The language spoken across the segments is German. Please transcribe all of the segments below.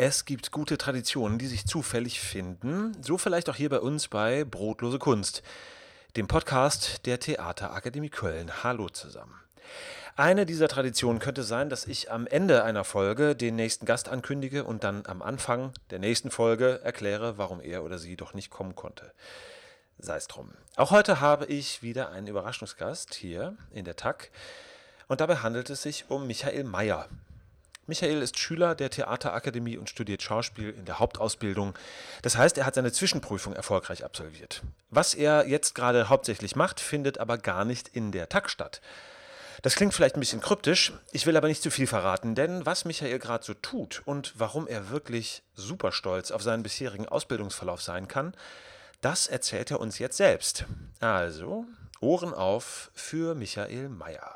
Es gibt gute Traditionen, die sich zufällig finden, so vielleicht auch hier bei uns bei Brotlose Kunst, dem Podcast der Theaterakademie Köln. Hallo zusammen. Eine dieser Traditionen könnte sein, dass ich am Ende einer Folge den nächsten Gast ankündige und dann am Anfang der nächsten Folge erkläre, warum er oder sie doch nicht kommen konnte. Sei es drum. Auch heute habe ich wieder einen Überraschungsgast hier in der TAK und dabei handelt es sich um Michael Mayer. Michael ist Schüler der Theaterakademie und studiert Schauspiel in der Hauptausbildung. Das heißt, er hat seine Zwischenprüfung erfolgreich absolviert. Was er jetzt gerade hauptsächlich macht, findet aber gar nicht in der TAK statt. Das klingt vielleicht ein bisschen kryptisch, ich will aber nicht zu viel verraten, denn was Michael gerade so tut und warum er wirklich super stolz auf seinen bisherigen Ausbildungsverlauf sein kann, das erzählt er uns jetzt selbst. Also, Ohren auf für Michael Mayer.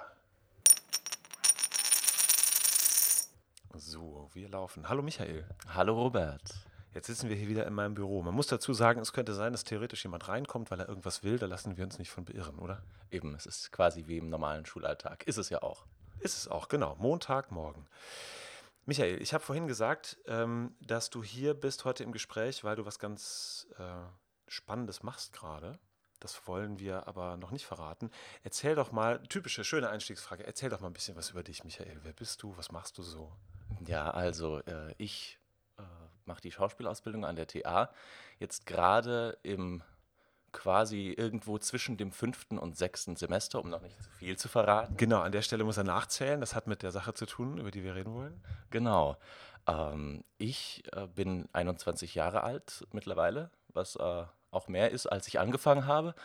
So, wir laufen. Hallo Michael. Hallo Robert. Jetzt sitzen wir hier wieder in meinem Büro. Man muss dazu sagen, es könnte sein, dass theoretisch jemand reinkommt, weil er irgendwas will. Da lassen wir uns nicht von beirren, oder? Eben, es ist quasi wie im normalen Schulalltag. Ist es ja auch. Ist es auch, genau. Montagmorgen. Michael, ich habe vorhin gesagt, dass du hier bist heute im Gespräch, weil du was ganz Spannendes machst gerade. Das wollen wir aber noch nicht verraten. Erzähl doch mal, typische, schöne Einstiegsfrage, erzähl doch mal ein bisschen was über dich, Michael. Wer bist du? Was machst du so? Ja, also ich mache die Schauspielausbildung an der TA. Jetzt gerade im quasi irgendwo zwischen dem 5. und 6. Semester, um noch nicht zu viel zu verraten. Genau, an der Stelle muss er nachzählen. Das hat mit der Sache zu tun, über die wir reden wollen. Genau. Ich bin 21 Jahre alt mittlerweile, was auch mehr ist, als ich angefangen habe.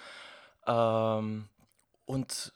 Und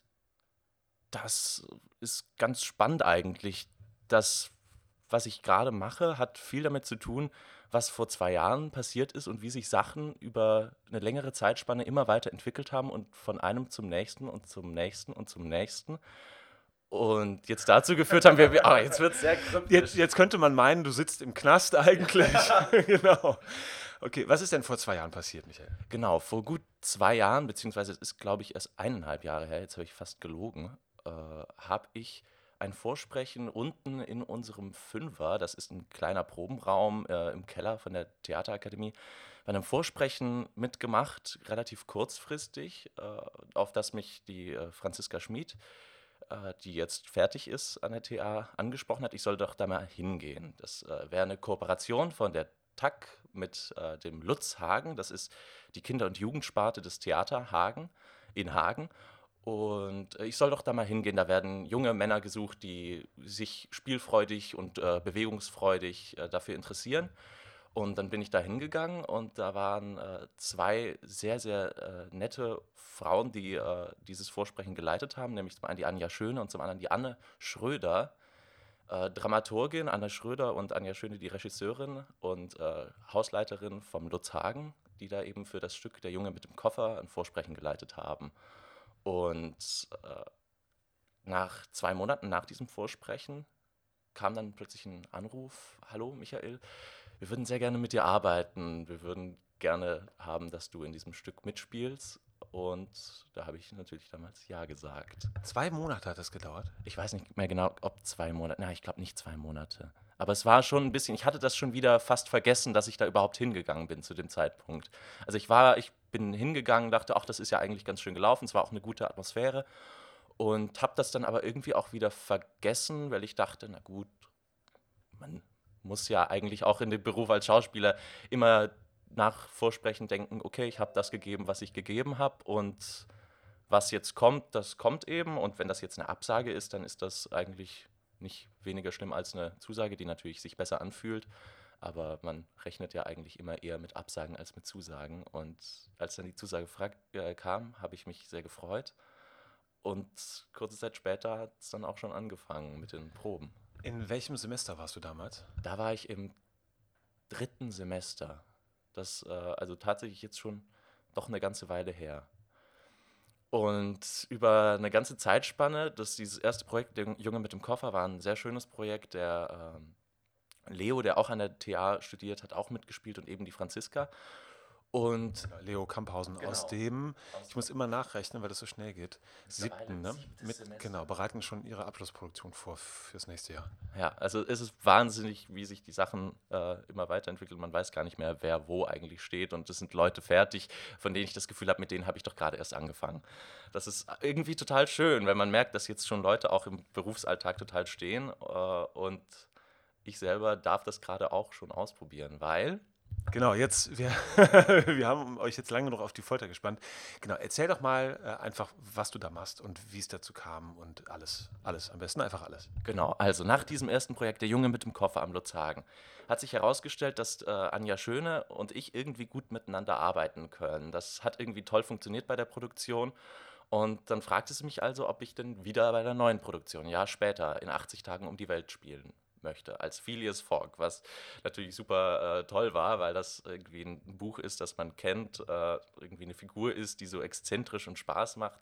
das ist ganz spannend eigentlich. Das, was ich gerade mache, hat viel damit zu tun, was vor 2 Jahren passiert ist und wie sich Sachen über eine längere Zeitspanne immer weiter entwickelt haben und von einem zum nächsten und zum nächsten und zum nächsten. Und jetzt dazu geführt haben jetzt wird es sehr kryptisch. Jetzt könnte man meinen, du sitzt im Knast eigentlich. Genau. Okay, was ist denn vor 2 Jahren passiert, Michael? Genau, vor gut 2 Jahren, beziehungsweise es ist, glaube ich, erst 1,5 Jahre her, jetzt habe ich fast gelogen, habe ich ein Vorsprechen unten in unserem Fünfer, das ist ein kleiner Probenraum im Keller von der Theaterakademie, bei einem Vorsprechen mitgemacht, relativ kurzfristig, auf das mich die Franziska Schmid, die jetzt fertig ist an der TA, angesprochen hat, ich soll doch da mal hingehen. Das wäre eine Kooperation von der TAK mit dem Lutz Hagen, das ist die Kinder- und Jugendsparte des Theater Hagen in Hagen. Und ich soll doch da mal hingehen, da werden junge Männer gesucht, die sich spielfreudig und bewegungsfreudig dafür interessieren. Und dann bin ich da hingegangen und da waren 2 sehr, sehr nette Frauen, die dieses Vorsprechen geleitet haben, nämlich zum einen die Anja Schöne und zum anderen die Anne Schröder, Dramaturgin, Anne Schröder und Anja Schöne, die Regisseurin und Hausleiterin vom Lutz Hagen, die da eben für das Stück Der Junge mit dem Koffer ein Vorsprechen geleitet haben. Und nach 2 Monaten nach diesem Vorsprechen kam dann plötzlich ein Anruf: Hallo Michael, wir würden sehr gerne mit dir arbeiten. Wir würden gerne haben, dass du in diesem Stück mitspielst. Und da habe ich natürlich damals ja gesagt. 2 Monate hat es gedauert. Ich weiß nicht mehr genau, ob 2 Monate. Nein, ich glaube nicht 2 Monate. Aber es war schon ein bisschen, ich hatte das schon wieder fast vergessen, dass ich da überhaupt hingegangen bin zu dem Zeitpunkt. Also ich bin hingegangen, dachte, ach, das ist ja eigentlich ganz schön gelaufen. Es war auch eine gute Atmosphäre. Und habe das dann aber irgendwie auch wieder vergessen, weil ich dachte, na gut, man muss ja eigentlich auch in dem Beruf als Schauspieler immer nach Vorsprechen denken, okay, ich habe das gegeben, was ich gegeben habe und was jetzt kommt, das kommt eben. Und wenn das jetzt eine Absage ist, dann ist das eigentlich nicht weniger schlimm als eine Zusage, die natürlich sich besser anfühlt. Aber man rechnet ja eigentlich immer eher mit Absagen als mit Zusagen. Und als dann die Zusage kam, habe ich mich sehr gefreut. Und kurze Zeit später hat es dann auch schon angefangen mit den Proben. In welchem Semester warst du damals? Da war ich im 3. Semester. Das also tatsächlich jetzt schon doch eine ganze Weile her. Und über eine ganze Zeitspanne, dieses erste Projekt, der Junge mit dem Koffer, war ein sehr schönes Projekt. Der Leo, der auch an der TA studiert, hat auch mitgespielt und eben die Franziska. Und Leo Kamphausen aus genau, dem, ich muss immer nachrechnen, weil das so schnell geht, mittlerweile 7., ne? 7. Semester. Genau, bereiten schon ihre Abschlussproduktion vor fürs nächste Jahr. Ja, also es ist wahnsinnig, wie sich die Sachen immer weiterentwickeln. Man weiß gar nicht mehr, wer wo eigentlich steht. Und es sind Leute fertig, von denen ich das Gefühl habe, mit denen habe ich doch gerade erst angefangen. Das ist irgendwie total schön, wenn man merkt, dass jetzt schon Leute auch im Berufsalltag total stehen. Und ich selber darf das gerade auch schon ausprobieren, weil Genau, wir haben euch jetzt lange noch auf die Folter gespannt. Genau, erzähl doch mal einfach, was du da machst und wie es dazu kam und alles, alles, am besten einfach alles. Genau, also nach diesem ersten Projekt, Der Junge mit dem Koffer am Lutzhagen, hat sich herausgestellt, dass Anja Schöne und ich irgendwie gut miteinander arbeiten können. Das hat irgendwie toll funktioniert bei der Produktion. Und dann fragte sie mich also, ob ich denn wieder bei der neuen Produktion, ein Jahr später, in 80 Tagen um die Welt spielen möchte, als Phileas Fogg, was natürlich super toll war, weil das irgendwie ein Buch ist, das man kennt, irgendwie eine Figur ist, die so exzentrisch und Spaß macht.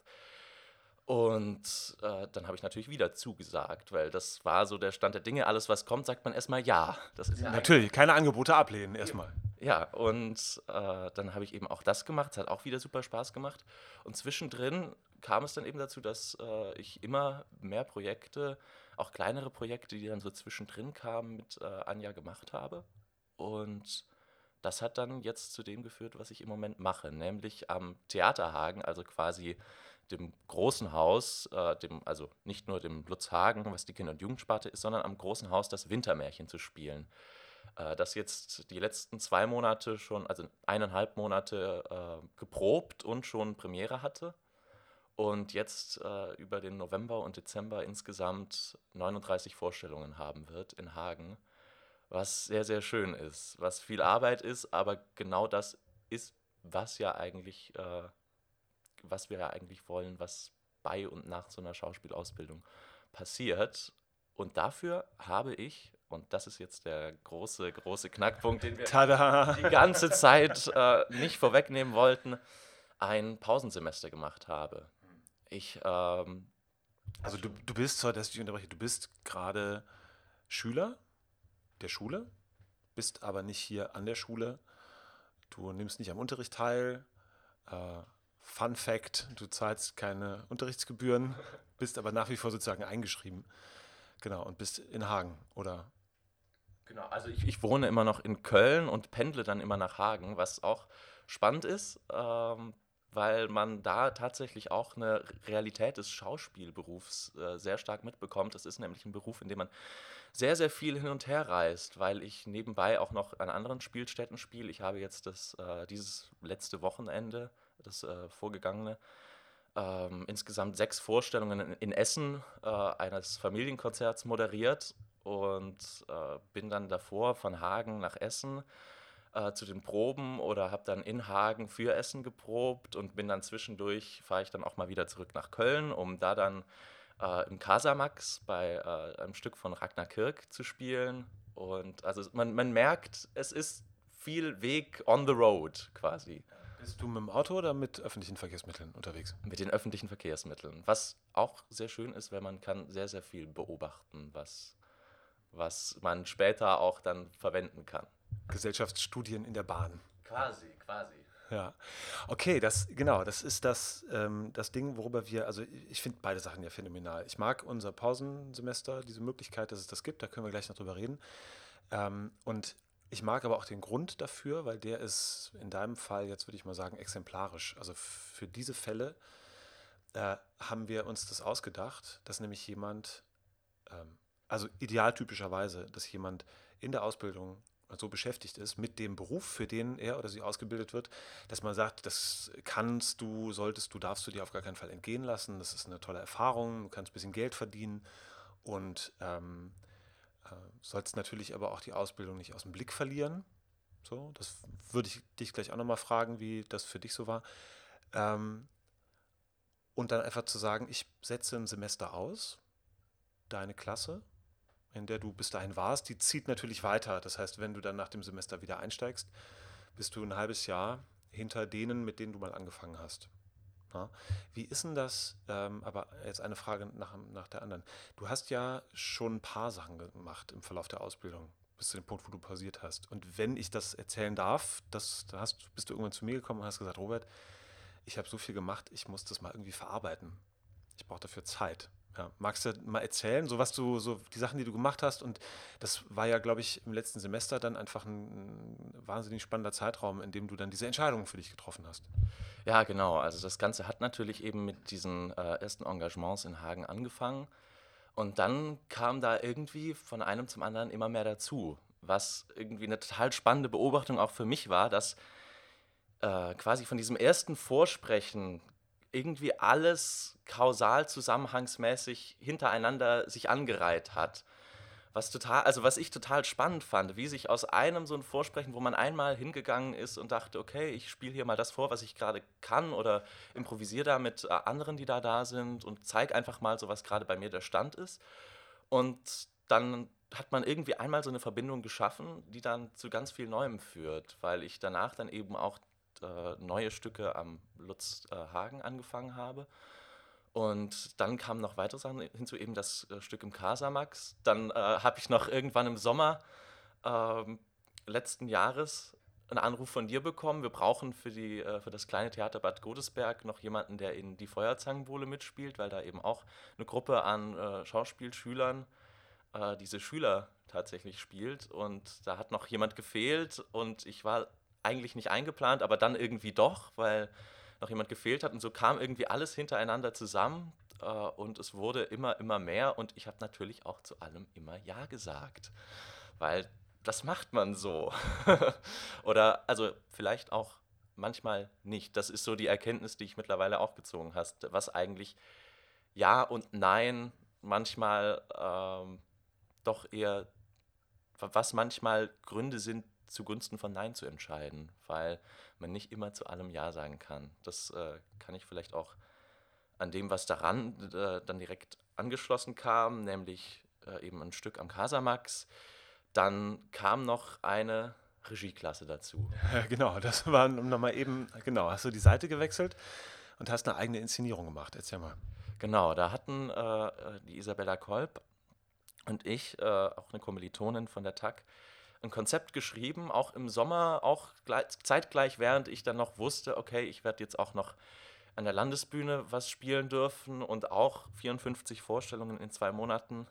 Und dann habe ich natürlich wieder zugesagt, weil das war so der Stand der Dinge. Alles, was kommt, sagt man erstmal ja. Das ist ja Natürlich, keine Angebote ablehnen erstmal. ja, und dann habe ich eben auch das gemacht. Es hat auch wieder super Spaß gemacht. Und zwischendrin kam es dann eben dazu, dass ich immer mehr Projekte, auch kleinere Projekte, die dann so zwischendrin kamen, mit Anja gemacht habe. Und das hat dann jetzt zu dem geführt, was ich im Moment mache, nämlich am Theaterhagen, also quasi dem großen Haus, also nicht nur dem Lutzhagen, was die Kinder- und Jugendsparte ist, sondern am großen Haus das Wintermärchen zu spielen. Das jetzt die letzten 2 Monate schon, also 1,5 Monate geprobt und schon Premiere hatte. Und jetzt über den November und Dezember insgesamt 39 Vorstellungen haben wird in Hagen, was sehr, sehr schön ist, was viel Arbeit ist, aber genau das ist, was wir ja eigentlich wollen, was bei und nach so einer Schauspielausbildung passiert. Und dafür habe ich, und das ist jetzt der große, große Knackpunkt, den wir Tada! die ganze Zeit nicht vorwegnehmen wollten, ein Pausensemester gemacht habe. Ich, Also du bist zwar, dass ich dich unterbreche, du bist gerade Schüler der Schule, bist aber nicht hier an der Schule. Du nimmst nicht am Unterricht teil. Äh, Fun Fact, du zahlst keine Unterrichtsgebühren, bist aber nach wie vor sozusagen eingeschrieben. Genau, und bist in Hagen, oder? genau, also ich wohne immer noch in Köln und pendle dann immer nach Hagen, was auch spannend ist, weil man da tatsächlich auch eine Realität des Schauspielberufs sehr stark mitbekommt. Das ist nämlich ein Beruf, in dem man sehr, sehr viel hin und her reist, weil ich nebenbei auch noch an anderen Spielstätten spiele. Ich habe jetzt dieses letzte Wochenende, das vorgegangene, insgesamt 6 Vorstellungen in Essen eines Familienkonzerts moderiert und bin dann davor von Hagen nach Essen zu den Proben oder habe dann in Hagen für Essen geprobt und bin dann zwischendurch, fahre ich dann auch mal wieder zurück nach Köln, um da dann im Casamax bei einem Stück von Ragnar Kirk zu spielen. Und also man merkt, es ist viel Weg on the road quasi. Bist du mit dem Auto oder mit öffentlichen Verkehrsmitteln unterwegs? Mit den öffentlichen Verkehrsmitteln. Was auch sehr schön ist, weil man kann sehr, sehr viel beobachten, was man später auch dann verwenden kann. Gesellschaftsstudien in der Bahn. Quasi, quasi. Ja, okay, das ist das Ding, worüber also ich finde beide Sachen ja phänomenal. Ich mag unser Pausensemester, diese Möglichkeit, dass es das gibt, da können wir gleich noch drüber reden. Und ich mag aber auch den Grund dafür, weil der ist in deinem Fall, jetzt würde ich mal sagen, exemplarisch. Also für diese Fälle haben wir uns das ausgedacht, dass nämlich jemand, also idealtypischerweise, dass jemand in der Ausbildung so beschäftigt ist mit dem Beruf, für den er oder sie ausgebildet wird, dass man sagt, das kannst du, solltest du, darfst du dir auf gar keinen Fall entgehen lassen. Das ist eine tolle Erfahrung, du kannst ein bisschen Geld verdienen und sollst natürlich aber auch die Ausbildung nicht aus dem Blick verlieren. So, das würde ich dich gleich auch nochmal fragen, wie das für dich so war. Ähm, und dann einfach zu sagen, ich setze ein Semester aus, deine Klasse, in der du bis dahin warst, die zieht natürlich weiter. Das heißt, wenn du dann nach dem Semester wieder einsteigst, bist du ein halbes Jahr hinter denen, mit denen du mal angefangen hast. Ja. Wie ist denn das, aber jetzt eine Frage nach der anderen. Du hast ja schon ein paar Sachen gemacht im Verlauf der Ausbildung. bis zu dem Punkt, wo du pausiert hast. Und wenn ich das erzählen darf, bist du irgendwann zu mir gekommen und hast gesagt, Robert, ich habe so viel gemacht, ich muss das mal irgendwie verarbeiten. Ich brauche dafür Zeit. Ja, magst du mal erzählen, so die Sachen, die du gemacht hast? Und das war ja, glaube ich, im letzten Semester dann einfach ein wahnsinnig spannender Zeitraum, in dem du dann diese Entscheidungen für dich getroffen hast. Ja, genau. Also das Ganze hat natürlich eben mit diesen ersten Engagements in Hagen angefangen. Und dann kam da irgendwie von einem zum anderen immer mehr dazu, was irgendwie eine total spannende Beobachtung auch für mich war, dass quasi von diesem ersten Vorsprechen irgendwie alles kausal zusammenhangsmäßig hintereinander sich angereiht hat. Was ich total spannend fand, wie sich aus einem so ein Vorsprechen, wo man einmal hingegangen ist und dachte, okay, ich spiele hier mal das vor, was ich gerade kann oder improvisiere da mit anderen, die da sind und zeige einfach mal so, was gerade bei mir der Stand ist. Und dann hat man irgendwie einmal so eine Verbindung geschaffen, die dann zu ganz viel Neuem führt, weil ich danach dann eben auch neue Stücke am Lutz Hagen angefangen habe. Und dann kamen noch weitere Sachen hinzu, eben das Stück im Casamax. Dann habe ich noch irgendwann im Sommer ähm, letzten Jahres einen Anruf von dir bekommen. Wir brauchen für das kleine Theater Bad Godesberg noch jemanden, der in die Feuerzangenbowle mitspielt, weil da eben auch eine Gruppe an Schauspielschülern diese Schüler tatsächlich spielt. Und da hat noch jemand gefehlt und ich war eigentlich nicht eingeplant, aber dann irgendwie doch, weil noch jemand gefehlt hat. Und so kam irgendwie alles hintereinander zusammen und es wurde immer mehr. Und ich habe natürlich auch zu allem immer Ja gesagt, weil das macht man so. Oder also vielleicht auch manchmal nicht. Das ist so die Erkenntnis, die ich mittlerweile auch gezogen habe, was eigentlich Ja und Nein manchmal doch eher, was manchmal Gründe sind, zugunsten von Nein zu entscheiden, weil man nicht immer zu allem Ja sagen kann. Das kann ich vielleicht auch an dem, was daran dann direkt angeschlossen kam, nämlich eben ein Stück am Casamax. Dann kam noch eine Regieklasse dazu. Ja, genau, das war nochmal eben, genau, hast du die Seite gewechselt und hast eine eigene Inszenierung gemacht. Erzähl mal. Genau, da hatten die Isabella Kolb und ich, auch eine Kommilitonin von der TAG, ein Konzept geschrieben, auch im Sommer, auch zeitgleich, während ich dann noch wusste, okay, ich werde jetzt auch noch an der Landesbühne was spielen dürfen und auch 54 Vorstellungen in 2 Monaten.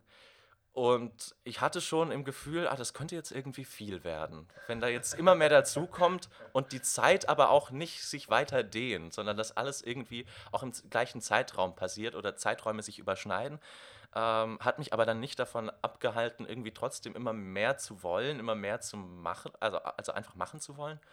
Und ich hatte schon im Gefühl, das könnte jetzt irgendwie viel werden. Wenn da jetzt immer mehr dazukommt und die Zeit aber auch nicht sich weiter dehnt, sondern dass alles irgendwie auch im gleichen Zeitraum passiert oder Zeiträume sich überschneiden, hat mich aber dann nicht davon abgehalten, irgendwie trotzdem immer mehr zu wollen, immer mehr zu machen, also einfach machen zu wollen.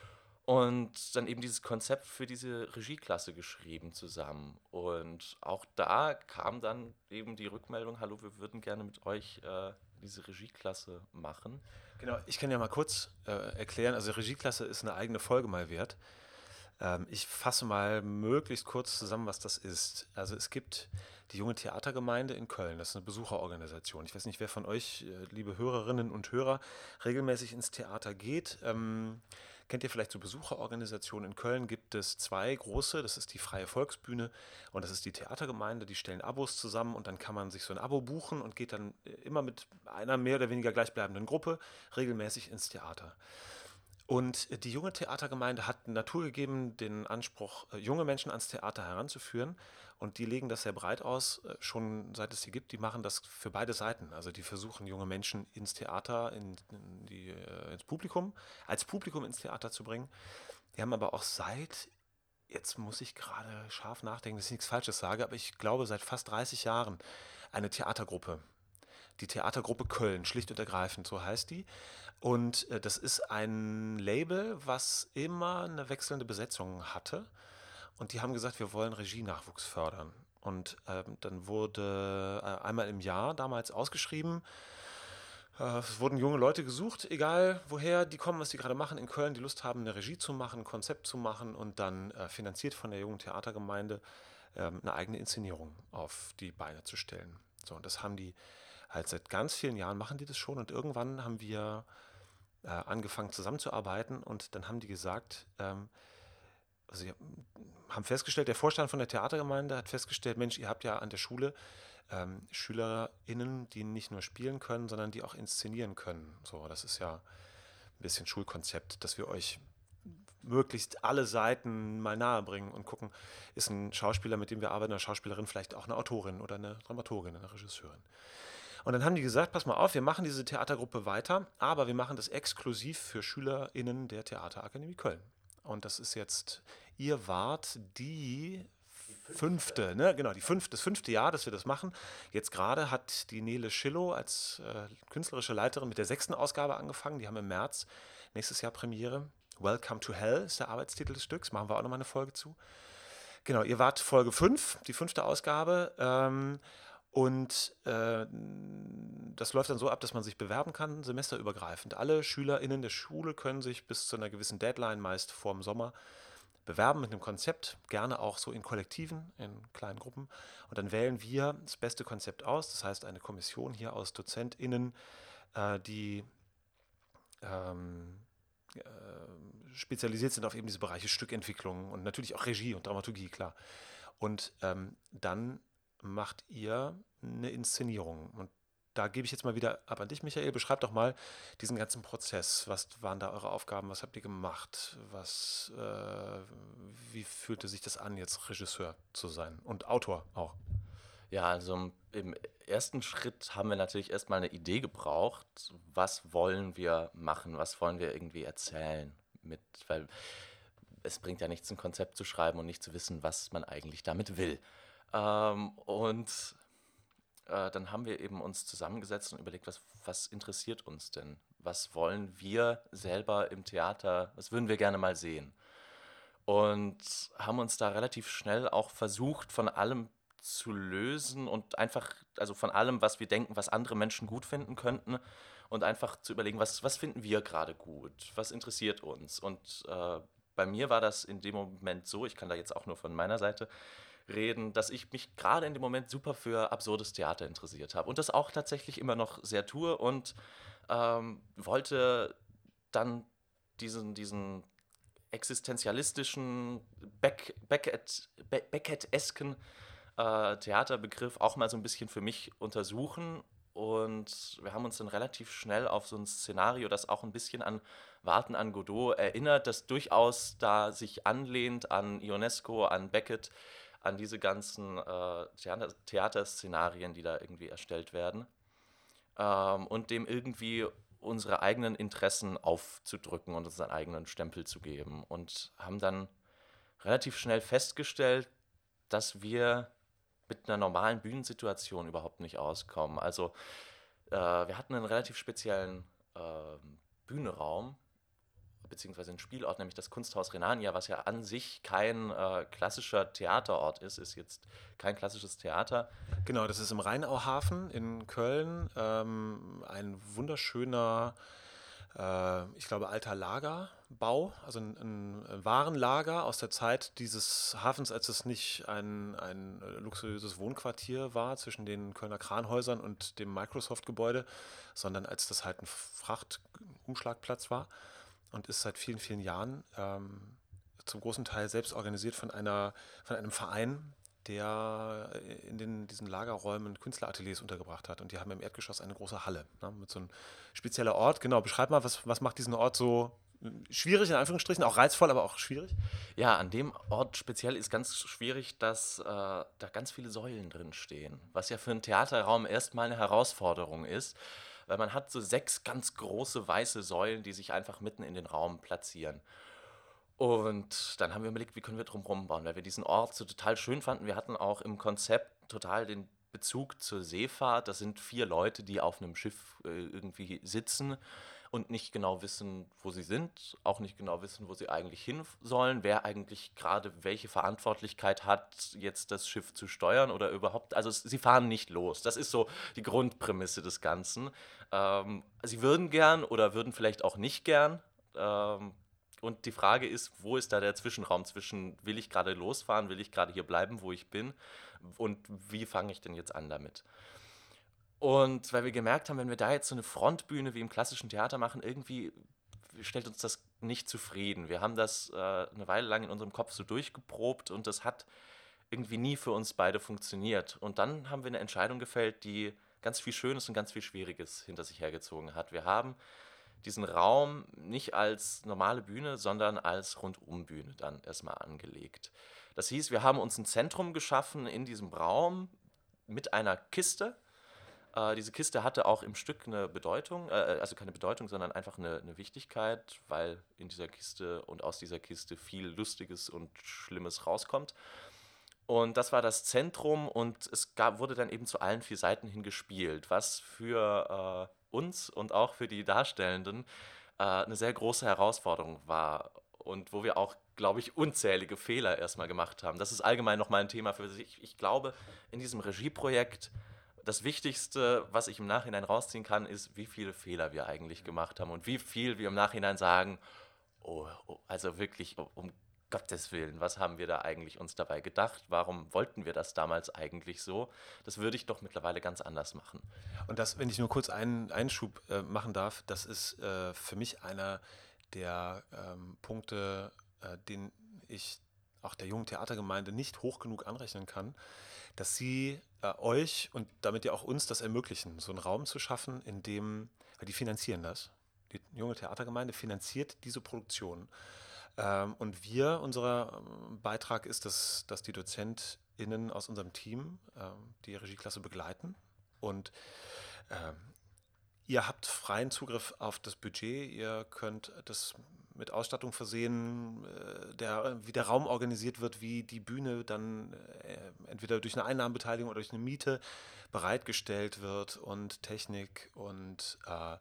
Und dann eben dieses Konzept für diese Regieklasse geschrieben zusammen. Und auch da kam dann eben die Rückmeldung, hallo, wir würden gerne mit euch diese Regieklasse machen. Genau, ich kann ja mal kurz erklären, also Regieklasse ist eine eigene Folge mal wert. Ich fasse mal möglichst kurz zusammen, was das ist. Also es gibt die Junge Theatergemeinde in Köln, das ist eine Besucherorganisation. Ich weiß nicht, wer von euch, liebe Hörerinnen und Hörer, regelmäßig ins Theater geht. Kennt ihr vielleicht so Besucherorganisationen? In Köln gibt es zwei große, das ist die Freie Volksbühne und das ist die Theatergemeinde, die stellen Abos zusammen und dann kann man sich so ein Abo buchen und geht dann immer mit einer mehr oder weniger gleichbleibenden Gruppe regelmäßig ins Theater. Und die junge Theatergemeinde hat naturgegeben den Anspruch, junge Menschen ans Theater heranzuführen. Und die legen das sehr breit aus, schon seit es sie gibt. Die machen das für beide Seiten. Also die versuchen, junge Menschen ins Theater, ins Publikum, als Publikum ins Theater zu bringen. Die haben aber auch jetzt muss ich gerade scharf nachdenken, dass ich nichts Falsches sage, aber ich glaube seit fast 30 Jahren eine Theatergruppe. Die Theatergruppe Köln, schlicht und ergreifend, so heißt die. Und das ist ein Label, was immer eine wechselnde Besetzung hatte. Und die haben gesagt, wir wollen Regienachwuchs fördern. Und dann wurde einmal im Jahr damals ausgeschrieben, es wurden junge Leute gesucht, egal woher die kommen, was die gerade machen in Köln, die Lust haben, eine Regie zu machen, ein Konzept zu machen und dann finanziert von der jungen Theatergemeinde eine eigene Inszenierung auf die Beine zu stellen. So, und das haben die halt seit ganz vielen Jahren machen die das schon und irgendwann haben wir angefangen zusammenzuarbeiten und dann haben die gesagt, also sie haben festgestellt, der Vorstand von der Theatergemeinde hat festgestellt, Mensch, ihr habt ja an der Schule SchülerInnen, die nicht nur spielen können, sondern die auch inszenieren können. So, das ist ja ein bisschen Schulkonzept, dass wir euch möglichst alle Seiten mal nahe bringen und gucken, ist ein Schauspieler, mit dem wir arbeiten, eine Schauspielerin vielleicht auch eine Autorin oder eine Dramaturgin, eine Regisseurin. Und dann haben die gesagt, pass mal auf, wir machen diese Theatergruppe weiter, aber wir machen das exklusiv für SchülerInnen der Theaterakademie Köln. Und das ist jetzt, ihr wart die fünfte, ne? Genau, das fünfte Jahr, dass wir das machen. Jetzt gerade hat die Nele Schillow als künstlerische Leiterin mit der 6. Ausgabe angefangen. Die haben im März nächstes Jahr Premiere. Welcome to Hell ist der Arbeitstitel des Stücks. Machen wir auch nochmal eine Folge zu. Genau, ihr wart Folge 5, die 5. Ausgabe. Und das läuft dann so ab, dass man sich bewerben kann, semesterübergreifend. Alle SchülerInnen der Schule können sich bis zu einer gewissen Deadline, meist vorm Sommer, bewerben mit einem Konzept, gerne auch so in Kollektiven, in kleinen Gruppen. Und dann wählen wir das beste Konzept aus. Das heißt, eine Kommission hier aus DozentInnen, die spezialisiert sind auf eben diese Bereiche Stückentwicklung und natürlich auch Regie und Dramaturgie, klar. Und dann macht ihr eine Inszenierung. Und da gebe ich jetzt mal wieder ab an dich, Michael. Beschreib doch mal diesen ganzen Prozess. Was waren da eure Aufgaben? Was habt ihr gemacht? Wie fühlte sich das an, jetzt Regisseur zu sein und Autor auch? Ja, also im ersten Schritt haben wir natürlich erstmal eine Idee gebraucht. Was wollen wir machen? Was wollen wir irgendwie erzählen? Weil es bringt ja nichts, ein Konzept zu schreiben und nicht zu wissen, was man eigentlich damit will. Und dann haben wir eben uns zusammengesetzt und überlegt, was interessiert uns denn? Was wollen wir selber im Theater, was würden wir gerne mal sehen? Und haben uns da relativ schnell auch versucht, von allem zu lösen und einfach, also von allem, was wir denken, was andere Menschen gut finden könnten und einfach zu überlegen, was finden wir gerade gut, was interessiert uns. Und bei mir war das in dem Moment so, ich kann da jetzt auch nur von meiner Seite reden, dass ich mich gerade in dem Moment super für absurdes Theater interessiert habe und das auch tatsächlich immer noch sehr tue und wollte dann diesen existenzialistischen, Beckett-esken Theaterbegriff auch mal so ein bisschen für mich untersuchen. Und wir haben uns dann relativ schnell auf so ein Szenario, das auch ein bisschen an Warten an Godot erinnert, das durchaus da sich anlehnt an Ionesco, an Beckett, an diese ganzen Theaterszenarien, die da irgendwie erstellt werden. Und dem irgendwie unsere eigenen Interessen aufzudrücken und uns einen eigenen Stempel zu geben. Und haben dann relativ schnell festgestellt, dass wir mit einer normalen Bühnensituation überhaupt nicht auskommen. Also wir hatten einen relativ speziellen Bühnenraum, beziehungsweise einen Spielort, nämlich das Kunsthaus Rhenania, was ja an sich kein klassischer Theaterort ist jetzt kein klassisches Theater. Genau, das ist im Rheinauhafen in Köln. Ein wunderschöner, ich glaube, alter Lagerbau, also ein Warenlager aus der Zeit dieses Hafens, als es nicht ein luxuriöses Wohnquartier war zwischen den Kölner Kranhäusern und dem Microsoft-Gebäude, sondern als das halt ein Frachtumschlagplatz war und ist seit vielen, vielen Jahren zum großen Teil selbst organisiert von einem Verein, der in diesen Lagerräumen Künstlerateliers untergebracht hat. Und die haben im Erdgeschoss eine große Halle, ne, mit so einem spezieller Ort. Genau, beschreib mal, was macht diesen Ort so schwierig, in Anführungsstrichen, auch reizvoll, aber auch schwierig? Ja, an dem Ort speziell ist ganz schwierig, dass da ganz viele Säulen drin stehen, was ja für einen Theaterraum erstmal eine Herausforderung ist, weil man hat so 6 ganz große weiße Säulen, die sich einfach mitten in den Raum platzieren. Und dann haben wir überlegt, wie können wir drumherum bauen, weil wir diesen Ort so total schön fanden. Wir hatten auch im Konzept total den Bezug zur Seefahrt. Das sind 4 Leute, die auf einem Schiff irgendwie sitzen und nicht genau wissen, wo sie sind, auch nicht genau wissen, wo sie eigentlich hin sollen, wer eigentlich gerade welche Verantwortlichkeit hat, jetzt das Schiff zu steuern oder überhaupt. Also sie fahren nicht los. Das ist so die Grundprämisse des Ganzen. Sie würden gern oder würden vielleicht auch nicht gern. Und die Frage ist, wo ist da der Zwischenraum zwischen, will ich gerade losfahren, will ich gerade hier bleiben, wo ich bin und wie fange ich denn jetzt an damit? Und weil wir gemerkt haben, wenn wir da jetzt so eine Frontbühne wie im klassischen Theater machen, irgendwie stellt uns das nicht zufrieden. Wir haben das eine Weile lang in unserem Kopf so durchgeprobt und das hat irgendwie nie für uns beide funktioniert. Und dann haben wir eine Entscheidung gefällt, die ganz viel Schönes und ganz viel Schwieriges hinter sich hergezogen hat. Wir haben diesen Raum nicht als normale Bühne, sondern als Rundumbühne dann erstmal angelegt. Das hieß, wir haben uns ein Zentrum geschaffen in diesem Raum mit einer Kiste. Diese Kiste hatte auch im Stück eine Bedeutung, also keine Bedeutung, sondern einfach eine Wichtigkeit, weil in dieser Kiste und aus dieser Kiste viel Lustiges und Schlimmes rauskommt. Und das war das Zentrum und wurde dann eben zu allen 4 Seiten hin gespielt, was für uns und auch für die Darstellenden eine sehr große Herausforderung war und wo wir auch, glaube ich, unzählige Fehler erstmal gemacht haben. Das ist allgemein nochmal ein Thema für sich. Ich glaube, in diesem Regieprojekt das Wichtigste, was ich im Nachhinein rausziehen kann, ist, wie viele Fehler wir eigentlich gemacht haben und wie viel wir im Nachhinein sagen, also wirklich, um Gottes Willen, was haben wir da eigentlich uns dabei gedacht? Warum wollten wir das damals eigentlich so? Das würde ich doch mittlerweile ganz anders machen. Und das, wenn ich nur kurz einen Einschub machen darf, das ist für mich einer der Punkte, den ich auch der jungen Theatergemeinde nicht hoch genug anrechnen kann, dass sie euch und damit ja auch uns das ermöglichen, so einen Raum zu schaffen, in dem, weil die finanzieren das. Die junge Theatergemeinde finanziert diese Produktion. Und unser Beitrag ist, dass die DozentInnen aus unserem Team die Regieklasse begleiten. Und ähm, ihr habt freien Zugriff auf das Budget, ihr könnt das mit Ausstattung versehen, wie der Raum organisiert wird, wie die Bühne dann entweder durch eine Einnahmenbeteiligung oder durch eine Miete bereitgestellt wird und Technik und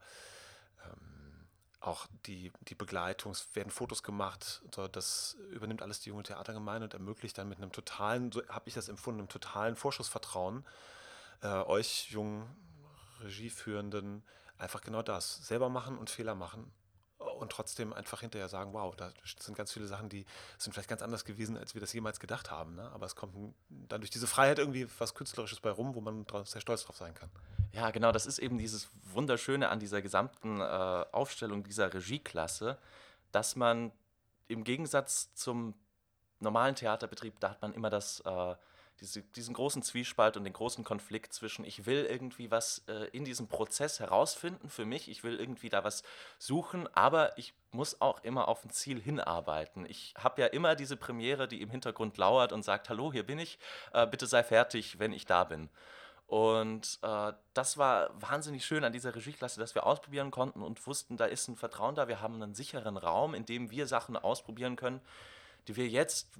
auch die Begleitung, es werden Fotos gemacht, so, das übernimmt alles die junge Theatergemeinde und ermöglicht dann mit einem totalen, so habe ich das empfunden, einem totalen Vorschussvertrauen euch jungen Regieführenden einfach genau das, selber machen und Fehler machen und trotzdem einfach hinterher sagen, wow, da sind ganz viele Sachen, die sind vielleicht ganz anders gewesen, als wir das jemals gedacht haben. Ne? Aber es kommt dann durch diese Freiheit irgendwie was Künstlerisches bei rum, wo man sehr stolz drauf sein kann. Ja, genau, das ist eben dieses Wunderschöne an dieser gesamten Aufstellung dieser Regieklasse, dass man im Gegensatz zum normalen Theaterbetrieb, da hat man immer diesen großen Zwiespalt und den großen Konflikt zwischen, ich will irgendwie was in diesem Prozess herausfinden für mich, ich will irgendwie da was suchen, aber ich muss auch immer auf ein Ziel hinarbeiten. Ich habe ja immer diese Premiere, die im Hintergrund lauert und sagt, hallo, hier bin ich, bitte sei fertig, wenn ich da bin. Und das war wahnsinnig schön an dieser Regieklasse, dass wir ausprobieren konnten und wussten, da ist ein Vertrauen da, wir haben einen sicheren Raum, in dem wir Sachen ausprobieren können, die wir jetzt,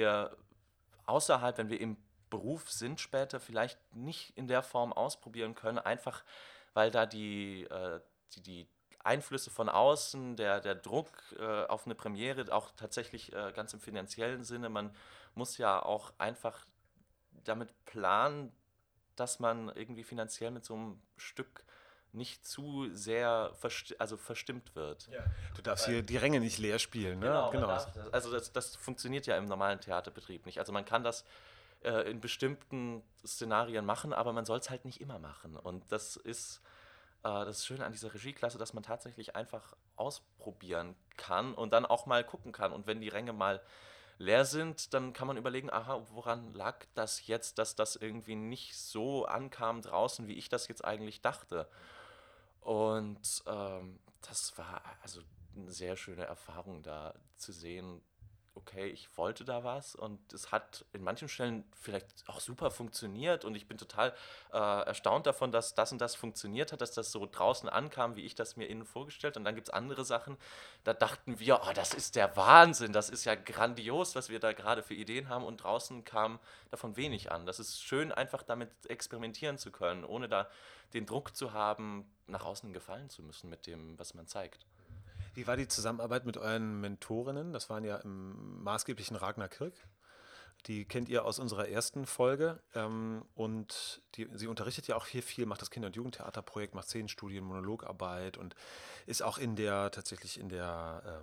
wenn wir im Beruf sind später, vielleicht nicht in der Form ausprobieren können, einfach weil da die Einflüsse von außen, der Druck auf eine Premiere, auch tatsächlich ganz im finanziellen Sinne, man muss ja auch einfach damit planen, dass man irgendwie finanziell mit so einem Stück nicht zu sehr verstimmt wird. Ja. Du darfst hier die Ränge nicht leer spielen, ne? Genau, das funktioniert ja im normalen Theaterbetrieb nicht. Also man kann das in bestimmten Szenarien machen, aber man soll es halt nicht immer machen. Und das ist das Schöne an dieser Regieklasse, dass man tatsächlich einfach ausprobieren kann und dann auch mal gucken kann. Und wenn die Ränge mal leer sind, dann kann man überlegen, aha, woran lag das jetzt, dass das irgendwie nicht so ankam draußen, wie ich das jetzt eigentlich dachte. Und das war also eine sehr schöne Erfahrung, da zu sehen, okay, ich wollte da was und es hat in manchen Stellen vielleicht auch super funktioniert und ich bin total erstaunt davon, dass das und das funktioniert hat, dass das so draußen ankam, wie ich das mir innen vorgestellt. Und dann gibt es andere Sachen, da dachten wir, oh, das ist der Wahnsinn, das ist ja grandios, was wir da gerade für Ideen haben, und draußen kam davon wenig an. Das ist schön, einfach damit experimentieren zu können, ohne da den Druck zu haben, nach außen gefallen zu müssen mit dem, was man zeigt. Wie war die Zusammenarbeit mit euren Mentorinnen? Das waren ja im maßgeblichen Ragnar Kirk. Die kennt ihr aus unserer ersten Folge. Und sie unterrichtet ja auch hier viel, macht das Kinder- und Jugendtheaterprojekt, macht Szenenstudien, Monologarbeit und ist auch tatsächlich in der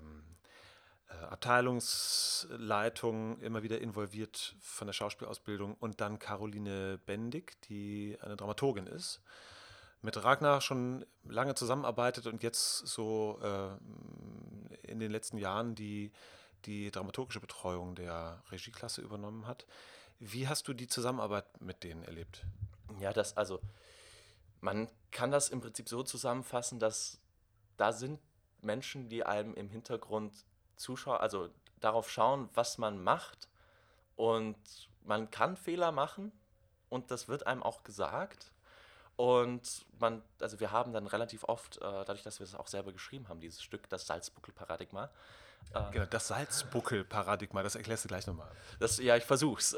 Abteilungsleitung immer wieder involviert von der Schauspielausbildung. Und dann Caroline Bendig, die eine Dramaturgin ist, mit Ragnar schon lange zusammenarbeitet und jetzt so in den letzten Jahren die dramaturgische Betreuung der Regieklasse übernommen hat. Wie hast du die Zusammenarbeit mit denen erlebt? Ja, man kann das im Prinzip so zusammenfassen, dass da sind Menschen, die einem im Hintergrund zuschauen, also darauf schauen, was man macht. Und man kann Fehler machen und das wird einem auch gesagt. Und also wir haben dann relativ oft, dadurch, dass wir es auch selber geschrieben haben, dieses Stück, das Salzbuckel-Paradigma. Genau, das Salzbuckel-Paradigma, das erklärst du gleich nochmal. Ja, ich versuch's.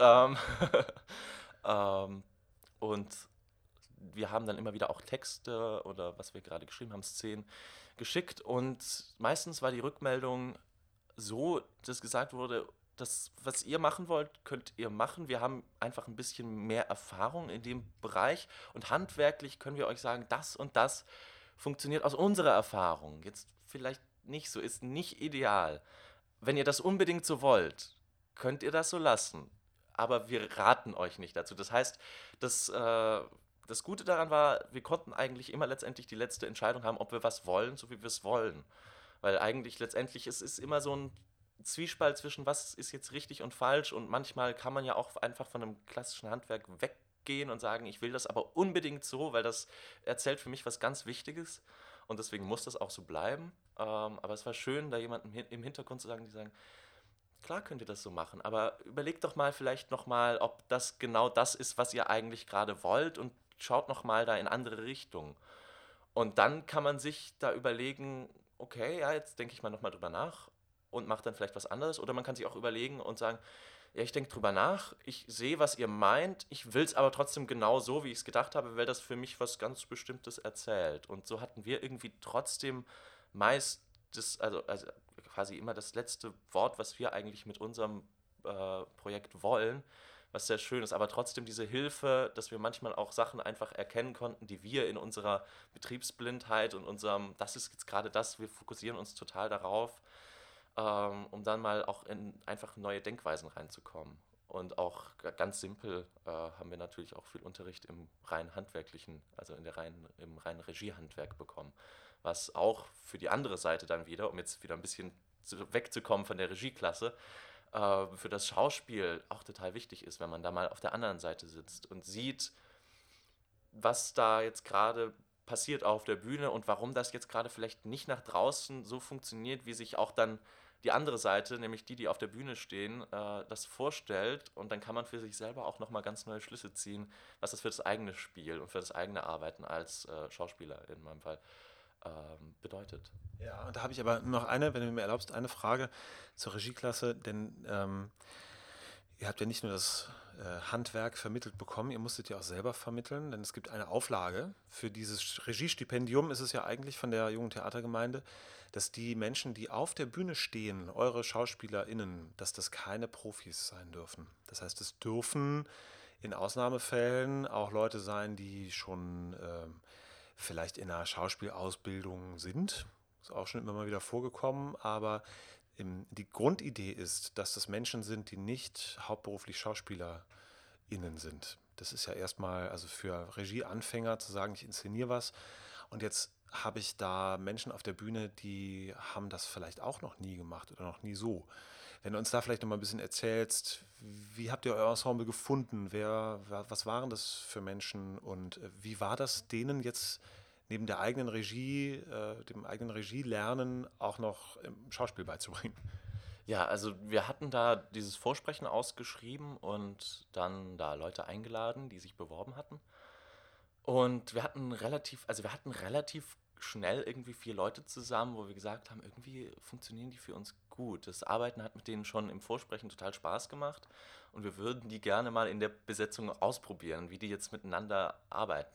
Ähm, und wir haben dann immer wieder auch Texte oder was wir gerade geschrieben haben, Szenen geschickt. Und meistens war die Rückmeldung so, dass gesagt wurde, das, was ihr machen wollt, könnt ihr machen. Wir haben einfach ein bisschen mehr Erfahrung in dem Bereich und handwerklich können wir euch sagen, das und das funktioniert aus unserer Erfahrung. Jetzt vielleicht nicht so, ist nicht ideal. Wenn ihr das unbedingt so wollt, könnt ihr das so lassen. Aber wir raten euch nicht dazu. Das heißt, das Gute daran war, wir konnten eigentlich immer letztendlich die letzte Entscheidung haben, ob wir was wollen, so wie wir es wollen. Weil eigentlich letztendlich es ist immer so ein Zwiespalt zwischen was ist jetzt richtig und falsch und manchmal kann man ja auch einfach von einem klassischen Handwerk weggehen und sagen, ich will das aber unbedingt so, weil das erzählt für mich was ganz Wichtiges und deswegen muss das auch so bleiben. Aber es war schön, da jemanden im Hintergrund zu sagen, die sagen, klar könnt ihr das so machen, aber überlegt doch mal vielleicht nochmal, ob das genau das ist, was ihr eigentlich gerade wollt und schaut nochmal da in andere Richtungen. Und dann kann man sich da überlegen, okay, ja, jetzt denke ich mal nochmal drüber nach und mache dann vielleicht was anderes. Oder man kann sich auch überlegen und sagen, ja, ich denke drüber nach, ich sehe, was ihr meint, ich will es aber trotzdem genau so, wie ich es gedacht habe, weil das für mich was ganz Bestimmtes erzählt. Und so hatten wir irgendwie trotzdem meist also quasi immer das letzte Wort, was wir eigentlich mit unserem Projekt wollen, was sehr schön ist, aber trotzdem diese Hilfe, dass wir manchmal auch Sachen einfach erkennen konnten, die wir in unserer Betriebsblindheit und unserem, das ist jetzt gerade das, wir fokussieren uns total darauf, um dann mal auch in einfach neue Denkweisen reinzukommen. Und auch ganz simpel haben wir natürlich auch viel Unterricht im rein handwerklichen, also im reinen Regiehandwerk bekommen, was auch für die andere Seite dann wieder, um jetzt wieder ein bisschen wegzukommen von der Regieklasse, für das Schauspiel auch total wichtig ist, wenn man da mal auf der anderen Seite sitzt und sieht, was da jetzt gerade passiert auf der Bühne und warum das jetzt gerade vielleicht nicht nach draußen so funktioniert, wie sich auch dann die andere Seite, nämlich die, die auf der Bühne stehen, das vorstellt. Und dann kann man für sich selber auch nochmal ganz neue Schlüsse ziehen, was das für das eigene Spiel und für das eigene Arbeiten als Schauspieler in meinem Fall bedeutet. Ja, und da habe ich aber noch eine, wenn du mir erlaubst, eine Frage zur Regieklasse, denn ihr habt ja nicht nur das Handwerk vermittelt bekommen, ihr musstet ja auch selber vermitteln, denn es gibt eine Auflage. Für dieses Regiestipendium ist es ja eigentlich von der Jungen Theatergemeinde, dass die Menschen, die auf der Bühne stehen, eure SchauspielerInnen, dass das keine Profis sein dürfen. Das heißt, es dürfen in Ausnahmefällen auch Leute sein, die schon vielleicht in einer Schauspielausbildung sind. Ist auch schon immer mal wieder vorgekommen, aber die Grundidee ist, dass das Menschen sind, die nicht hauptberuflich SchauspielerInnen sind. Das ist ja erstmal, also für Regieanfänger zu sagen, ich inszeniere was und jetzt habe ich da Menschen auf der Bühne, die haben das vielleicht auch noch nie gemacht oder noch nie so. Wenn du uns da vielleicht noch mal ein bisschen erzählst, wie habt ihr euer Ensemble gefunden? Was waren das für Menschen und wie war das denen jetzt neben der eigenen Regie, dem eigenen Regielernen auch noch im Schauspiel beizubringen? Ja, also wir hatten da dieses Vorsprechen ausgeschrieben und dann da Leute eingeladen, die sich beworben hatten. Und wir hatten relativ schnell irgendwie 4 Leute zusammen, wo wir gesagt haben, irgendwie funktionieren die für uns gut. Das Arbeiten hat mit denen schon im Vorsprechen total Spaß gemacht und wir würden die gerne mal in der Besetzung ausprobieren, wie die jetzt miteinander arbeiten.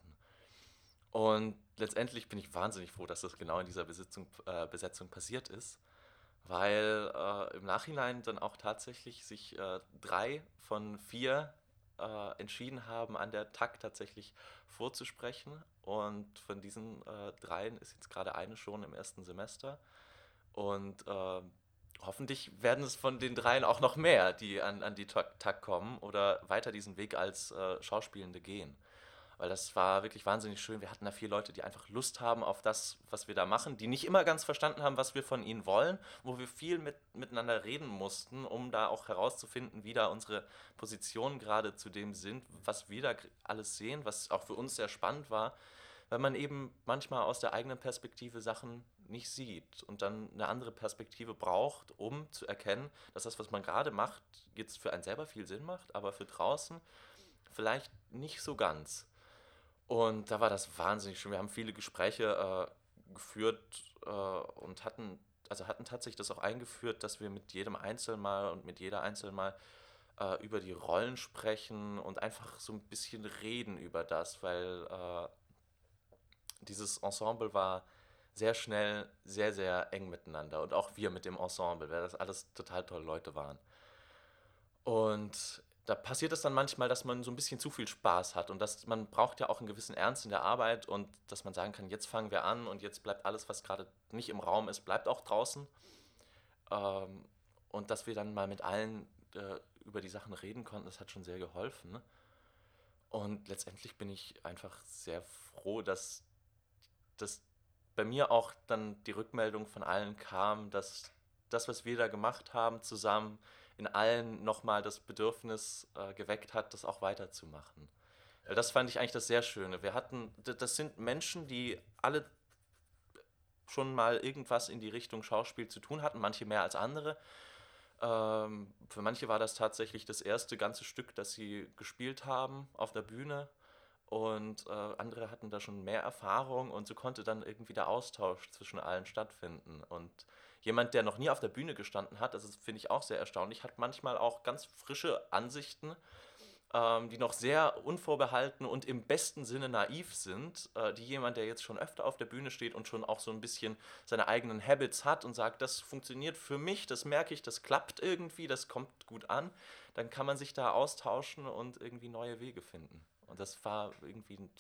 Und letztendlich bin ich wahnsinnig froh, dass das genau in dieser Besetzung passiert ist, weil im Nachhinein dann auch tatsächlich sich 3 von 4 entschieden haben, an der TAG tatsächlich vorzusprechen. Und von diesen 3 ist jetzt gerade eine schon im ersten Semester. Und hoffentlich werden es von den 3 auch noch mehr, die an die TAG kommen oder weiter diesen Weg als Schauspielende gehen. weil das war wirklich wahnsinnig schön. Wir hatten da 4 Leute, die einfach Lust haben auf das, was wir da machen, die nicht immer ganz verstanden haben, was wir von ihnen wollen, wo wir viel miteinander reden mussten, um da auch herauszufinden, wie da unsere Positionen gerade zu dem sind, was wir da alles sehen, was auch für uns sehr spannend war, weil man eben manchmal aus der eigenen Perspektive Sachen nicht sieht und dann eine andere Perspektive braucht, um zu erkennen, dass das, was man gerade macht, jetzt für einen selber viel Sinn macht, aber für draußen vielleicht nicht so ganz. Und da war das wahnsinnig schön. Wir haben viele Gespräche geführt und hatten tatsächlich das auch eingeführt, dass wir mit jedem Einzelmal und mit jeder Einzelmal über die Rollen sprechen und einfach so ein bisschen reden über das, weil dieses Ensemble war sehr schnell sehr, sehr eng miteinander und auch wir mit dem Ensemble, weil das alles total tolle Leute waren. Und da passiert es dann manchmal, dass man so ein bisschen zu viel Spaß hat und dass man braucht ja auch einen gewissen Ernst in der Arbeit und dass man sagen kann, jetzt fangen wir an und jetzt bleibt alles, was gerade nicht im Raum ist, bleibt auch draußen. Ähm, und dass wir dann mal mit allen über die Sachen reden konnten, das hat schon sehr geholfen. Ne? Und letztendlich bin ich einfach sehr froh, dass bei mir auch dann die Rückmeldung von allen kam, dass das, was wir da gemacht haben, zusammen in allen nochmal das Bedürfnis geweckt hat, das auch weiterzumachen. Das fand ich eigentlich das sehr Schöne. Das sind Menschen, die alle schon mal irgendwas in die Richtung Schauspiel zu tun hatten, manche mehr als andere. Für manche war das tatsächlich das erste ganze Stück, das sie gespielt haben auf der Bühne. Und andere hatten da schon mehr Erfahrung und so konnte dann irgendwie der Austausch zwischen allen stattfinden. Und jemand, der noch nie auf der Bühne gestanden hat, das finde ich auch sehr erstaunlich, hat manchmal auch ganz frische Ansichten, die noch sehr unvorbehalten und im besten Sinne naiv sind, die jemand, der jetzt schon öfter auf der Bühne steht und schon auch so ein bisschen seine eigenen Habits hat und sagt, das funktioniert für mich, das merke ich, das klappt irgendwie, das kommt gut an, dann kann man sich da austauschen und irgendwie neue Wege finden. Und das war irgendwie eine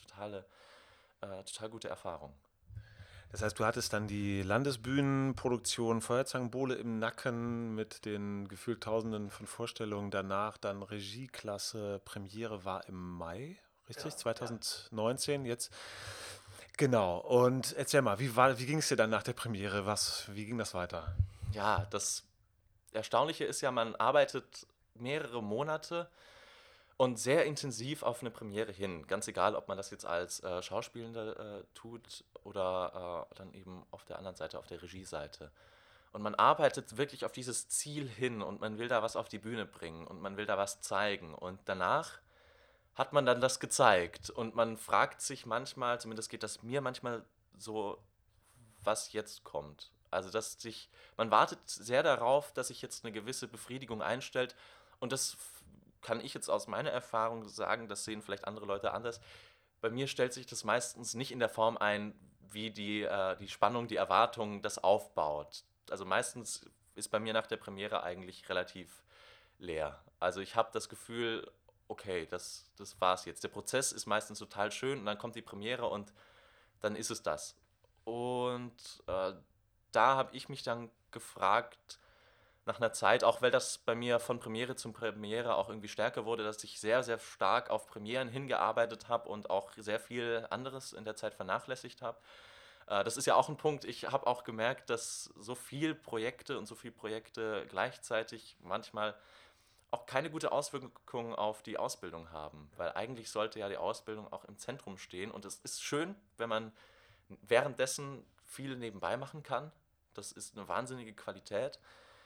total gute Erfahrung. Das heißt, du hattest dann die Landesbühnenproduktion Feuerzangenbowle im Nacken mit den gefühlt Tausenden von Vorstellungen. Danach dann Regieklasse. Premiere war im Mai, richtig? Ja, 2019 jetzt. Genau. Und erzähl mal, wie ging es dir dann nach der Premiere? Wie ging das weiter? Ja, das Erstaunliche ist ja, man arbeitet mehrere Monate und sehr intensiv auf eine Premiere hin. Ganz egal, ob man das jetzt als Schauspielender tut oder dann eben auf der anderen Seite, auf der Regieseite. Und man arbeitet wirklich auf dieses Ziel hin und man will da was auf die Bühne bringen und man will da was zeigen. Und danach hat man dann das gezeigt und man fragt sich manchmal, zumindest geht das mir manchmal so, was jetzt kommt. Also, man wartet sehr darauf, dass sich jetzt eine gewisse Befriedigung einstellt und das kann ich jetzt aus meiner Erfahrung sagen, das sehen vielleicht andere Leute anders. Bei mir stellt sich das meistens nicht in der Form ein, wie die Spannung, die Erwartung das aufbaut. Also meistens ist bei mir nach der Premiere eigentlich relativ leer. Also ich habe das Gefühl, okay, das war's jetzt. Der Prozess ist meistens total schön und dann kommt die Premiere und dann ist es das. Und da habe ich mich dann gefragt, nach einer Zeit, auch weil das bei mir von Premiere zu Premiere auch irgendwie stärker wurde, dass ich sehr, sehr stark auf Premieren hingearbeitet habe und auch sehr viel anderes in der Zeit vernachlässigt habe. Das ist ja auch ein Punkt, ich habe auch gemerkt, dass so viel Projekte und so viele Projekte gleichzeitig manchmal auch keine gute Auswirkung auf die Ausbildung haben, weil eigentlich sollte ja die Ausbildung auch im Zentrum stehen und es ist schön, wenn man währenddessen viel nebenbei machen kann. Das ist eine wahnsinnige Qualität.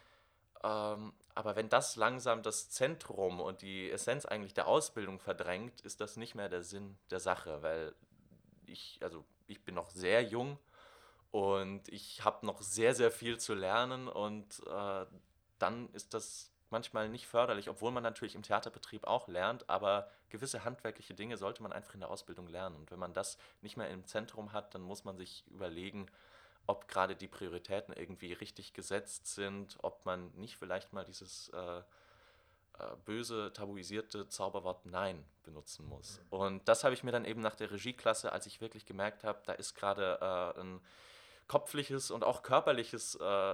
Aber wenn das langsam das Zentrum und die Essenz eigentlich der Ausbildung verdrängt, ist das nicht mehr der Sinn der Sache, weil ich bin noch sehr jung und ich habe noch sehr, sehr viel zu lernen und dann ist das manchmal nicht förderlich, obwohl man natürlich im Theaterbetrieb auch lernt, aber gewisse handwerkliche Dinge sollte man einfach in der Ausbildung lernen. Und wenn man das nicht mehr im Zentrum hat, dann muss man sich überlegen, ob gerade die Prioritäten irgendwie richtig gesetzt sind, ob man nicht vielleicht mal dieses böse, tabuisierte Zauberwort Nein benutzen muss. Und das habe ich mir dann eben nach der Regieklasse, als ich wirklich gemerkt habe, da ist gerade ein kopfliches und auch körperliches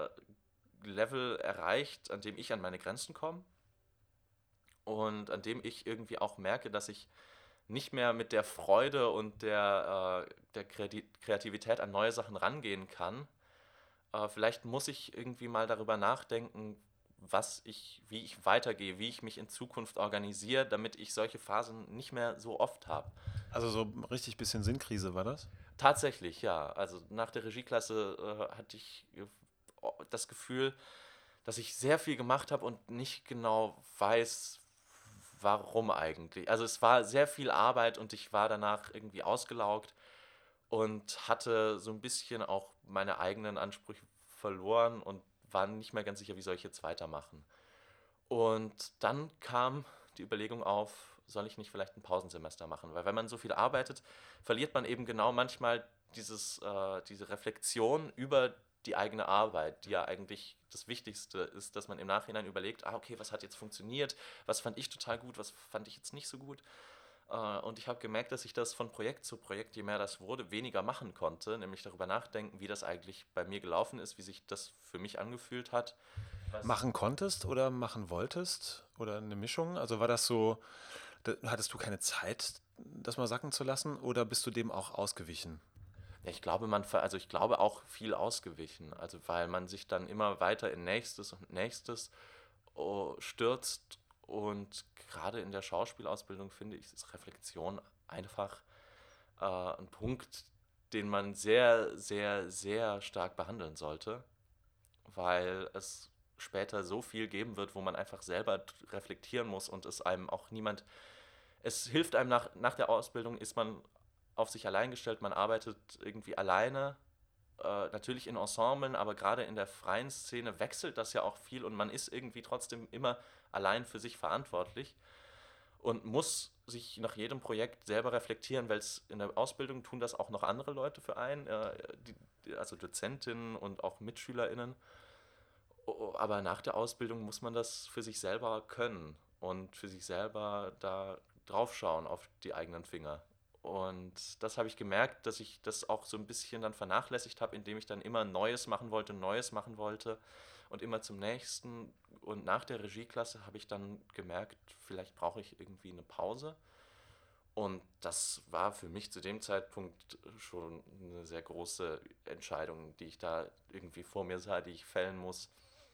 Level erreicht, an dem ich an meine Grenzen komme und an dem ich irgendwie auch merke, dass ich nicht mehr mit der Freude und der Kreativität an neue Sachen rangehen kann. Vielleicht muss ich irgendwie mal darüber nachdenken, wie ich weitergehe, wie ich mich in Zukunft organisiere, damit ich solche Phasen nicht mehr so oft habe. Also so richtig bisschen Sinnkrise war das? Tatsächlich, ja. Also nach der Regieklasse hatte ich das Gefühl, dass ich sehr viel gemacht habe und nicht genau weiß, warum eigentlich. Also es war sehr viel Arbeit und ich war danach irgendwie ausgelaugt und hatte so ein bisschen auch meine eigenen Ansprüche verloren und war nicht mehr ganz sicher, wie soll ich jetzt weitermachen. Und dann kam die Überlegung auf, soll ich nicht vielleicht ein Pausensemester machen? Weil wenn man so viel arbeitet, verliert man eben genau manchmal diese Reflexion über die eigene Arbeit, die ja eigentlich das Wichtigste ist, dass man im Nachhinein überlegt, okay, was hat jetzt funktioniert, was fand ich total gut, was fand ich jetzt nicht so gut. Und ich habe gemerkt, dass ich das von Projekt zu Projekt, je mehr das wurde, weniger machen konnte, nämlich darüber nachdenken, wie das eigentlich bei mir gelaufen ist, wie sich das für mich angefühlt hat. Machen konntest oder machen wolltest? Oder eine Mischung? Also war das so, hattest du keine Zeit, das mal sacken zu lassen? Oder bist du dem auch ausgewichen? Ja, also ich glaube auch viel ausgewichen, also weil man sich dann immer weiter in Nächstes und Nächstes stürzt und gerade in der Schauspielausbildung finde ich, ist Reflexion einfach ein Punkt, den man sehr, sehr, sehr stark behandeln sollte, weil es später so viel geben wird, wo man einfach selber reflektieren muss und es einem auch niemand, es hilft einem nach der Ausbildung, ist man auf sich allein gestellt, man arbeitet irgendwie alleine, natürlich in Ensemblen, aber gerade in der freien Szene wechselt das ja auch viel und man ist irgendwie trotzdem immer allein für sich verantwortlich und muss sich nach jedem Projekt selber reflektieren, weil es in der Ausbildung tun das auch noch andere Leute für einen, also Dozentinnen und auch MitschülerInnen. Aber nach der Ausbildung muss man das für sich selber können und für sich selber da draufschauen auf die eigenen Finger. Und das habe ich gemerkt, dass ich das auch so ein bisschen dann vernachlässigt habe, indem ich dann immer Neues machen wollte und immer zum nächsten. Und nach der Regieklasse habe ich dann gemerkt, vielleicht brauche ich irgendwie eine Pause. Und das war für mich zu dem Zeitpunkt schon eine sehr große Entscheidung, die ich da irgendwie vor mir sah, die ich fällen muss,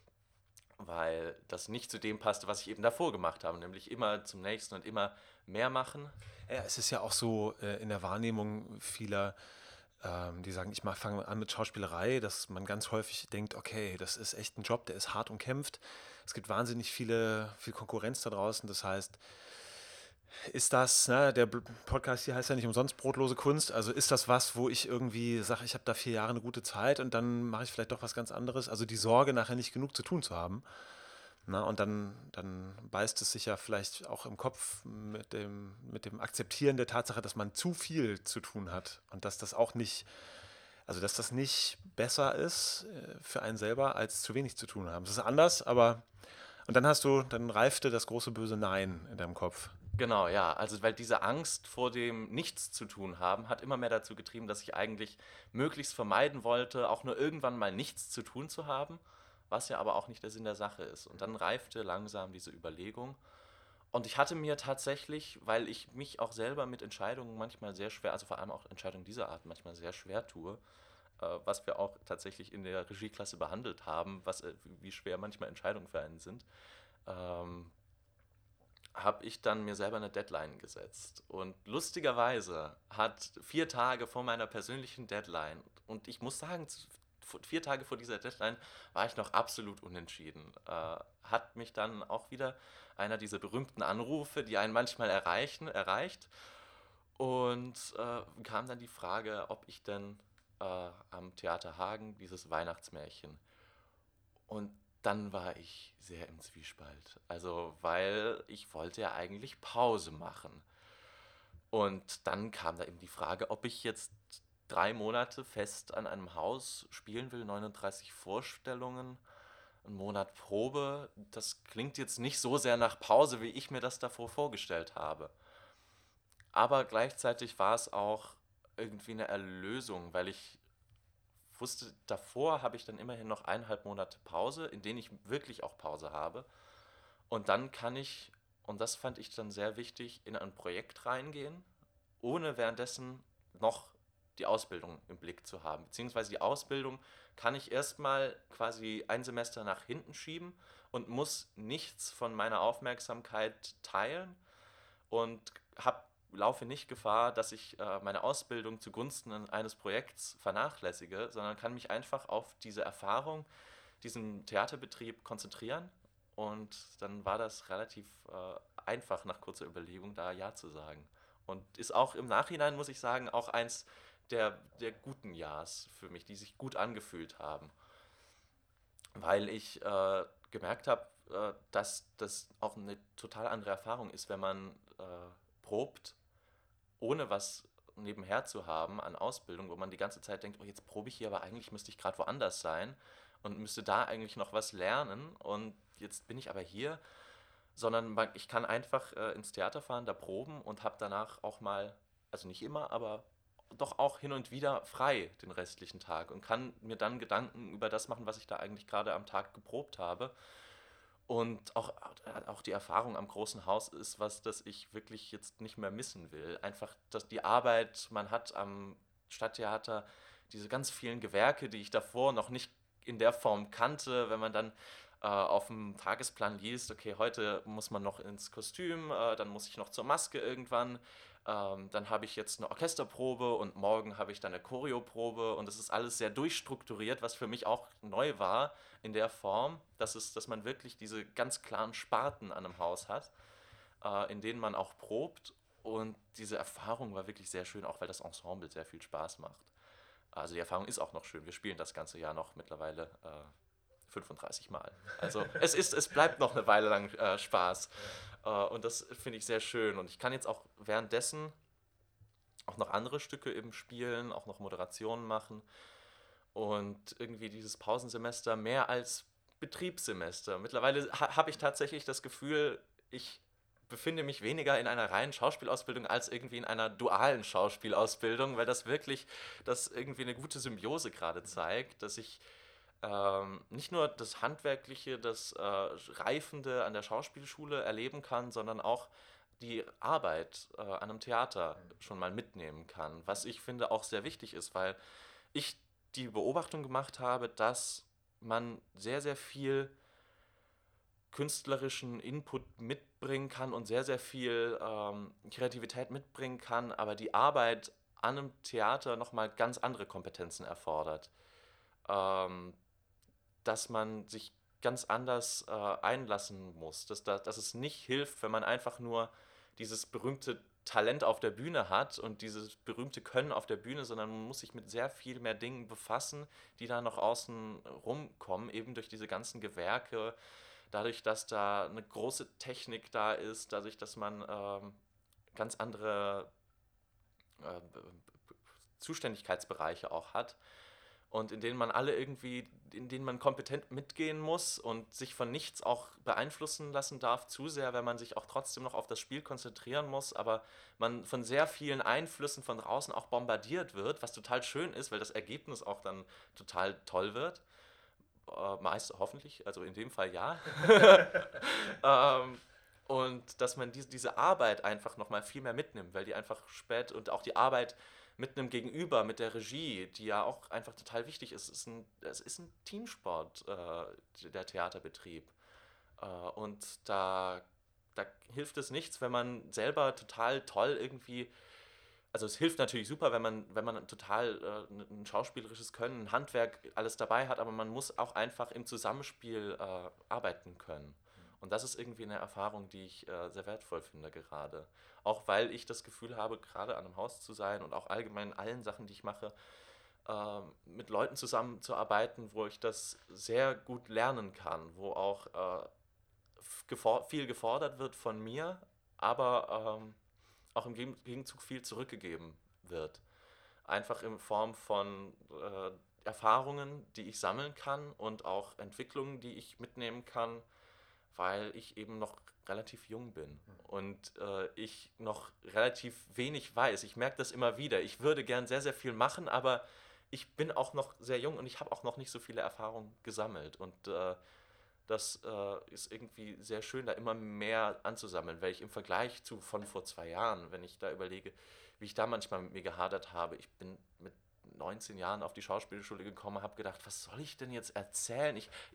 weil das nicht zu dem passte, was ich eben davor gemacht habe, nämlich immer zum nächsten und immer mehr machen. Ja, es ist ja auch so in der Wahrnehmung vieler, die sagen, fange an mit Schauspielerei, dass man ganz häufig denkt, okay, das ist echt ein Job, der ist hart umkämpft. Es gibt wahnsinnig viel Konkurrenz da draußen. Das heißt, ist das, ne, der Podcast hier heißt ja nicht umsonst Brotlose Kunst, also ist das was, wo ich irgendwie sage, ich habe da 4 Jahre eine gute Zeit und dann mache ich vielleicht doch was ganz anderes. Also die Sorge, nachher nicht genug zu tun zu haben. Na, und dann beißt es sich ja vielleicht auch im Kopf mit dem Akzeptieren der Tatsache, dass man zu viel zu tun hat und dass das auch nicht, also dass das nicht besser ist für einen selber, als zu wenig zu tun haben. Das ist anders, aber und dann reifte das große böse Nein in deinem Kopf. Genau, ja. Also, weil diese Angst vor dem Nichts zu tun haben, hat immer mehr dazu getrieben, dass ich eigentlich möglichst vermeiden wollte, auch nur irgendwann mal nichts zu tun zu haben, was ja aber auch nicht der Sinn der Sache ist. Und dann reifte langsam diese Überlegung. Und ich hatte mir tatsächlich, weil ich mich auch selber mit Entscheidungen manchmal sehr schwer, also vor allem auch Entscheidungen dieser Art manchmal sehr schwer tue, was wir auch tatsächlich in der Regieklasse behandelt haben, wie schwer manchmal Entscheidungen für einen sind, ähm, habe ich dann mir selber eine Deadline gesetzt. Und lustigerweise hat 4 Tage vor meiner persönlichen Deadline, und ich muss sagen, 4 Tage vor dieser Deadline war ich noch absolut unentschieden, hat mich dann auch wieder einer dieser berühmten Anrufe, die einen manchmal erreicht. Und kam dann die Frage, ob ich denn am Theater Hagen dieses Weihnachtsmärchen, und dann war ich sehr im Zwiespalt. Also, weil ich wollte ja eigentlich Pause machen. Und dann kam da eben die Frage, ob ich jetzt 3 Monate fest an einem Haus spielen will, 39 Vorstellungen, einen Monat Probe. Das klingt jetzt nicht so sehr nach Pause, wie ich mir das davor vorgestellt habe. Aber gleichzeitig war es auch irgendwie eine Erlösung, weil ich wusste, davor habe ich dann immerhin noch 1,5 Monate Pause, in denen ich wirklich auch Pause habe. Und dann kann ich Und das fand ich dann sehr wichtig, in ein Projekt reingehen, ohne währenddessen noch die Ausbildung im Blick zu haben. Beziehungsweise die Ausbildung kann ich erstmal quasi ein Semester nach hinten schieben und muss nichts von meiner Aufmerksamkeit teilen und laufe nicht Gefahr, dass ich meine Ausbildung zugunsten eines Projekts vernachlässige, sondern kann mich einfach auf diese Erfahrung, diesen Theaterbetrieb konzentrieren. Und dann war das relativ einfach nach kurzer Überlegung da Ja zu sagen. Und ist auch im Nachhinein, muss ich sagen, auch eins der guten Ja's für mich, die sich gut angefühlt haben. Weil ich gemerkt habe, dass das auch eine total andere Erfahrung ist, wenn man probt, ohne was nebenher zu haben an Ausbildung, wo man die ganze Zeit denkt, oh, jetzt probe ich hier, aber eigentlich müsste ich gerade woanders sein und müsste da eigentlich noch was lernen und jetzt bin ich aber hier, sondern ich kann einfach ins Theater fahren, da proben und habe danach auch mal, also nicht immer, aber doch auch hin und wieder frei den restlichen Tag und kann mir dann Gedanken über das machen, was ich da eigentlich gerade am Tag geprobt habe. Und auch die Erfahrung am großen Haus ist was, das ich wirklich jetzt nicht mehr missen will. Einfach, dass die Arbeit, man hat am Stadttheater diese ganz vielen Gewerke, die ich davor noch nicht in der Form kannte, wenn man dann auf dem Tagesplan liest, okay, heute muss man noch ins Kostüm, dann muss ich noch zur Maske irgendwann, dann habe ich jetzt eine Orchesterprobe und morgen habe ich dann eine Choreoprobe und das ist alles sehr durchstrukturiert, was für mich auch neu war in der Form, dass man wirklich diese ganz klaren Sparten an einem Haus hat, in denen man auch probt und diese Erfahrung war wirklich sehr schön, auch weil das Ensemble sehr viel Spaß macht. Also die Erfahrung ist auch noch schön, wir spielen das ganze Jahr noch mittlerweile 35 Mal. Also es bleibt noch eine Weile lang Spaß. Und das finde ich sehr schön. Und ich kann jetzt auch währenddessen auch noch andere Stücke eben spielen, auch noch Moderationen machen. Und irgendwie dieses Pausensemester mehr als Betriebssemester. Mittlerweile habe ich tatsächlich das Gefühl, ich befinde mich weniger in einer reinen Schauspielausbildung als irgendwie in einer dualen Schauspielausbildung, weil das irgendwie eine gute Symbiose gerade zeigt, dass ich nicht nur das Handwerkliche, das Reifende an der Schauspielschule erleben kann, sondern auch die Arbeit an einem Theater schon mal mitnehmen kann. Was ich finde auch sehr wichtig ist, weil ich die Beobachtung gemacht habe, dass man sehr, sehr viel künstlerischen Input mitbringen kann und sehr, sehr viel Kreativität mitbringen kann, aber die Arbeit an einem Theater nochmal ganz andere Kompetenzen erfordert. Dass man sich ganz anders einlassen muss, dass es nicht hilft, wenn man einfach nur dieses berühmte Talent auf der Bühne hat und dieses berühmte Können auf der Bühne, sondern man muss sich mit sehr viel mehr Dingen befassen, die da noch außen rumkommen, eben durch diese ganzen Gewerke, dadurch, dass da eine große Technik da ist, dadurch, dass man ganz andere äh, Zuständigkeitsbereiche auch hat und in denen man kompetent mitgehen muss und sich von nichts auch beeinflussen lassen darf zu sehr, wenn man sich auch trotzdem noch auf das Spiel konzentrieren muss, aber man von sehr vielen Einflüssen von draußen auch bombardiert wird, was total schön ist, weil das Ergebnis auch dann total toll wird. Meist hoffentlich, also in dem Fall ja. Und dass man diese Arbeit einfach nochmal viel mehr mitnimmt, weil die einfach spät und auch die Arbeit mit einem Gegenüber, mit der Regie, die ja auch einfach total wichtig ist. Es ist ein Teamsport, der Theaterbetrieb. Und da hilft es nichts, wenn man selber total toll irgendwie, also es hilft natürlich super, wenn man total ein schauspielerisches Können, ein Handwerk, alles dabei hat, aber man muss auch einfach im Zusammenspiel arbeiten können. Und das ist irgendwie eine Erfahrung, die ich sehr wertvoll finde gerade. Auch weil ich das Gefühl habe, gerade an einem Haus zu sein und auch allgemein in allen Sachen, die ich mache, mit Leuten zusammenzuarbeiten, wo ich das sehr gut lernen kann, wo auch viel gefordert wird von mir, aber auch im Gegenzug viel zurückgegeben wird. Einfach in Form von Erfahrungen, die ich sammeln kann und auch Entwicklungen, die ich mitnehmen kann, weil ich eben noch relativ jung bin und ich noch relativ wenig weiß. Ich merke das immer wieder. Ich würde gern sehr, sehr viel machen, aber ich bin auch noch sehr jung und ich habe auch noch nicht so viele Erfahrungen gesammelt. Und das ist irgendwie sehr schön, da immer mehr anzusammeln, weil ich im Vergleich zu von vor 2 Jahren, wenn ich da überlege, wie ich da manchmal mit mir gehadert habe, ich bin mit 19 Jahren auf die Schauspielschule gekommen, habe gedacht, was soll ich denn jetzt erzählen?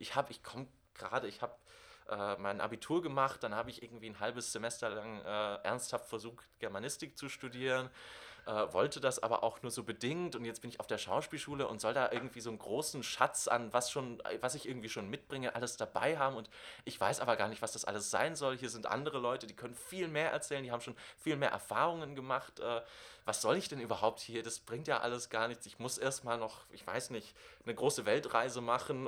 Ich habe mein Abitur gemacht, dann habe ich irgendwie ein halbes Semester lang ernsthaft versucht, Germanistik zu studieren, wollte das aber auch nur so bedingt und jetzt bin ich auf der Schauspielschule und soll da irgendwie so einen großen Schatz an was ich irgendwie schon mitbringe, alles dabei haben und ich weiß aber gar nicht, was das alles sein soll. Hier sind andere Leute, die können viel mehr erzählen, die haben schon viel mehr Erfahrungen gemacht. Was soll ich denn überhaupt hier? Das bringt ja alles gar nichts. Ich muss erstmal noch, ich weiß nicht, eine große Weltreise machen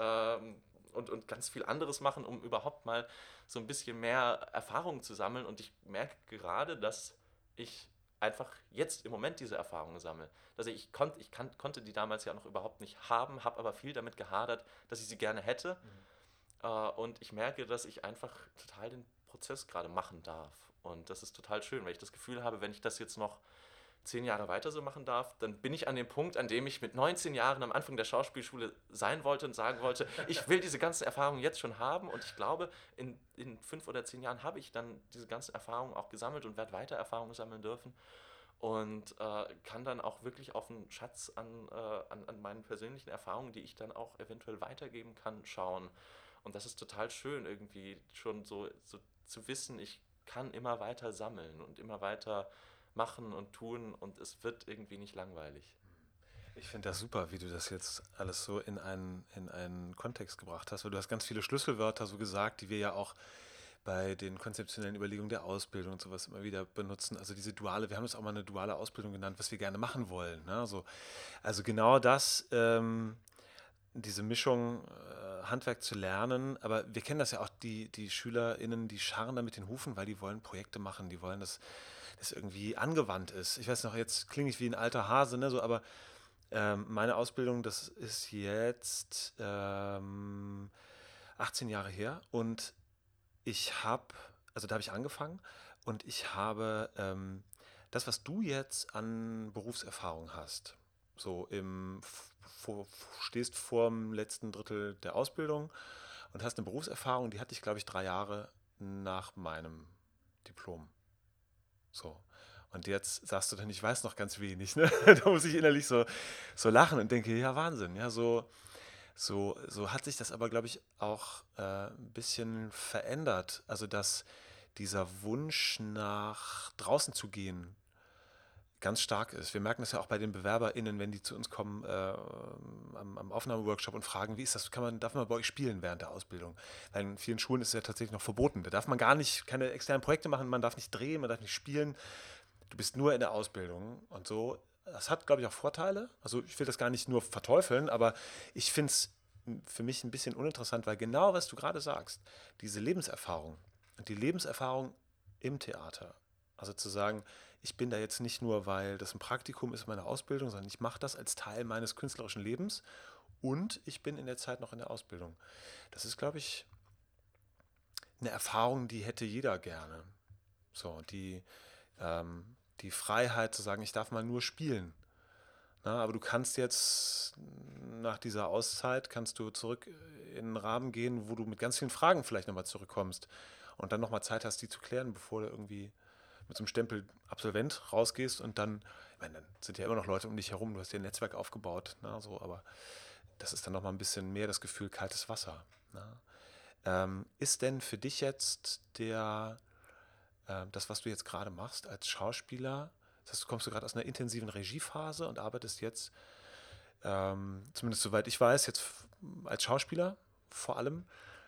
und ganz viel anderes machen, um überhaupt mal so ein bisschen mehr Erfahrung zu sammeln. Und ich merke gerade, dass ich einfach jetzt im Moment diese Erfahrungen sammle. Also konnte die damals ja noch überhaupt nicht haben, habe aber viel damit gehadert, dass ich sie gerne hätte. Und ich merke, dass ich einfach total den Prozess gerade machen darf. Und das ist total schön, weil ich das Gefühl habe, wenn ich das jetzt noch 10 Jahre weiter so machen darf, dann bin ich an dem Punkt, an dem ich mit 19 Jahren am Anfang der Schauspielschule sein wollte und sagen wollte, ich will diese ganzen Erfahrungen jetzt schon haben und ich glaube, in 5 oder 10 Jahren habe ich dann diese ganzen Erfahrungen auch gesammelt und werde weiter Erfahrungen sammeln dürfen und kann dann auch wirklich auf einen Schatz an meinen persönlichen Erfahrungen, die ich dann auch eventuell weitergeben kann, schauen. Und das ist total schön, irgendwie schon so zu wissen, ich kann immer weiter sammeln und immer weiter machen und tun und es wird irgendwie nicht langweilig. Ich finde das super, wie du das jetzt alles so in einen Kontext gebracht hast, weil du hast ganz viele Schlüsselwörter so gesagt, die wir ja auch bei den konzeptionellen Überlegungen der Ausbildung und sowas immer wieder benutzen. Also diese duale, wir haben es auch mal eine duale Ausbildung genannt, was wir gerne machen wollen. Ne? Also genau das, diese Mischung, Handwerk zu lernen, aber wir kennen das ja auch, die SchülerInnen, die scharren da mit den Hufen, weil die wollen Projekte machen, die wollen, dass das irgendwie angewandt ist. Ich weiß noch, jetzt klinge ich wie ein alter Hase, ne, so, aber meine Ausbildung, das ist jetzt 18 Jahre her und also da habe ich angefangen und ich habe das, was du jetzt an Berufserfahrung hast, so stehst vor dem letzten Drittel der Ausbildung und hast eine Berufserfahrung, die hatte ich, glaube ich, 3 Jahre nach meinem Diplom. So. Und jetzt sagst du dann, ich weiß noch ganz wenig. Ne? Da muss ich innerlich so lachen und denke, ja, Wahnsinn. Ja, so hat sich das aber, glaube ich, auch ein bisschen verändert. Also, dass dieser Wunsch nach draußen zu gehen ganz stark ist. Wir merken das ja auch bei den BewerberInnen, wenn die zu uns kommen am Aufnahmeworkshop und fragen, wie ist das, darf man bei euch spielen während der Ausbildung? Weil in vielen Schulen ist es ja tatsächlich noch verboten. Da darf man gar nicht, keine externen Projekte machen, man darf nicht drehen, man darf nicht spielen. Du bist nur in der Ausbildung und so. Das hat, glaube ich, auch Vorteile. Also ich will das gar nicht nur verteufeln, aber ich finde es für mich ein bisschen uninteressant, weil genau, was du gerade sagst, diese Lebenserfahrung und die Lebenserfahrung im Theater, also zu sagen, ich bin da jetzt nicht nur, weil das ein Praktikum ist in meiner Ausbildung, sondern ich mache das als Teil meines künstlerischen Lebens und ich bin in der Zeit noch in der Ausbildung. Das ist, glaube ich, eine Erfahrung, die hätte jeder gerne. So, die Freiheit zu sagen, ich darf mal nur spielen. Na, aber du kannst jetzt nach dieser Auszeit, kannst du zurück in einen Rahmen gehen, wo du mit ganz vielen Fragen vielleicht nochmal zurückkommst und dann nochmal Zeit hast, die zu klären, bevor du irgendwie mit so einem Stempel Absolvent rausgehst und dann, ich meine, dann sind ja immer noch Leute um dich herum, du hast dir ein Netzwerk aufgebaut, na, so, aber das ist dann nochmal ein bisschen mehr das Gefühl kaltes Wasser. Na. Ist denn für dich jetzt das, was du jetzt gerade machst als Schauspieler, das heißt, kommst du gerade aus einer intensiven Regiephase und arbeitest jetzt, zumindest soweit ich weiß, jetzt als Schauspieler vor allem.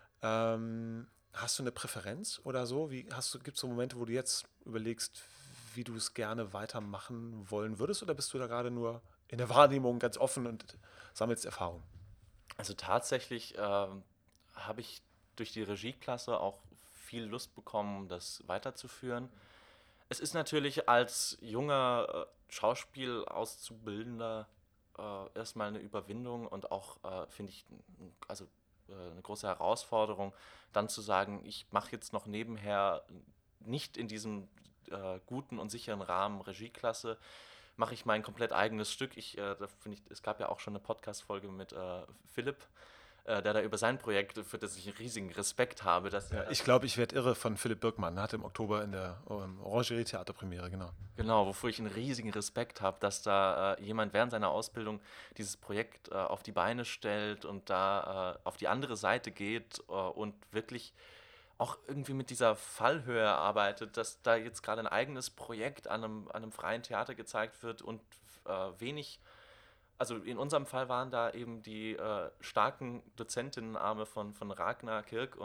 Hast du eine Präferenz oder so? Gibt es so Momente, wo du jetzt überlegst, wie du es gerne weitermachen wollen würdest, oder bist du da gerade nur in der Wahrnehmung ganz offen und sammelst Erfahrung? Also tatsächlich habe ich durch die Regieklasse auch viel Lust bekommen, das weiterzuführen. Es ist natürlich als junger Schauspielauszubildender erstmal eine Überwindung und auch, finde ich, also eine große Herausforderung, dann zu sagen, ich mache jetzt noch nebenher nicht in diesem guten und sicheren Rahmen Regieklasse, mache ich mein komplett eigenes Stück. Es gab ja auch schon eine Podcast-Folge mit Philipp, der da über sein Projekt, für das ich einen riesigen Respekt habe, dass Ja, ich glaube, ich werde irre von Philipp Birkmann. Hat im Oktober in der Orangerie Theaterpremiere, genau. genau, wofür ich einen riesigen Respekt habe, dass da jemand während seiner Ausbildung dieses Projekt auf die Beine stellt und da auf die andere Seite geht und wirklich auch irgendwie mit dieser Fallhöhe arbeitet, dass da jetzt gerade ein eigenes Projekt an einem freien Theater gezeigt wird und wenig, also in unserem Fall waren da eben die starken Dozentinnenarme von Ragnar Kirk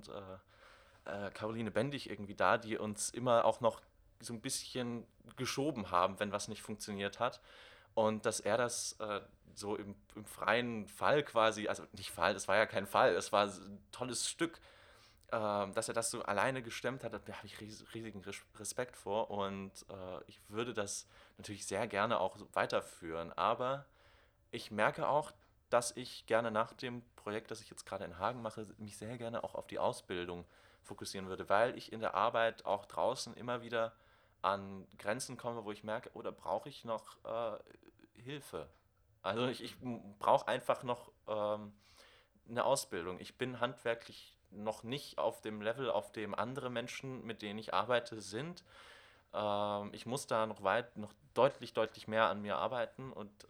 und Caroline Bendig irgendwie da, die uns immer auch noch so ein bisschen geschoben haben, wenn was nicht funktioniert hat. Und dass er das so im freien Fall quasi, also nicht Fall, es war ja kein Fall, es war ein tolles Stück, dass er das so alleine gestemmt hat, da habe ich riesigen Respekt vor und ich würde das natürlich sehr gerne auch so weiterführen. Aber ich merke auch, dass ich gerne nach dem Projekt, das ich jetzt gerade in Hagen mache, mich sehr gerne auch auf die Ausbildung fokussieren würde, weil ich in der Arbeit auch draußen immer wieder an Grenzen komme, wo ich merke, oh, da brauche ich noch Hilfe. Also ich brauche einfach noch eine Ausbildung. Ich bin handwerklich noch nicht auf dem Level, auf dem andere Menschen, mit denen ich arbeite, sind. Ich muss da noch deutlich, deutlich mehr an mir arbeiten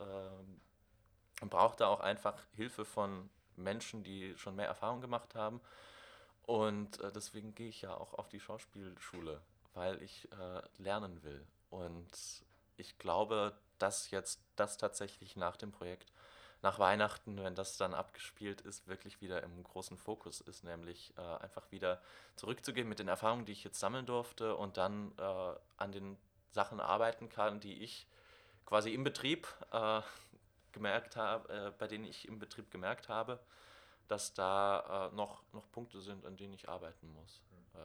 und brauche da auch einfach Hilfe von Menschen, die schon mehr Erfahrung gemacht haben. Und deswegen gehe ich ja auch auf die Schauspielschule, weil ich lernen will. Und ich glaube, dass jetzt das tatsächlich nach dem Projekt, nach Weihnachten, wenn das dann abgespielt ist, wirklich wieder im großen Fokus ist, nämlich einfach wieder zurückzugehen mit den Erfahrungen, die ich jetzt sammeln durfte und dann an den Sachen arbeiten kann, die ich quasi im Betrieb gemerkt habe, bei denen ich im Betrieb gemerkt habe, dass da noch Punkte sind, an denen ich arbeiten muss.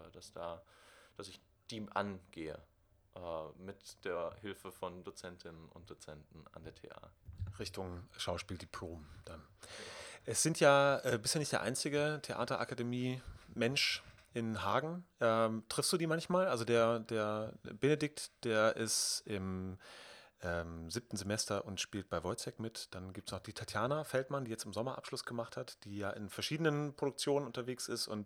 Dass ich die angehe mit der Hilfe von Dozentinnen und Dozenten an der TA. Richtung Schauspieldiplom dann. Es sind ja, bist ja nicht der einzige Theaterakademie-Mensch in Hagen. Triffst du die manchmal? Also der Benedikt, der ist im 7. Semester und spielt bei Wojciech mit. Dann gibt es noch die Tatjana Feldmann, die jetzt im Sommerabschluss gemacht hat, die ja in verschiedenen Produktionen unterwegs ist und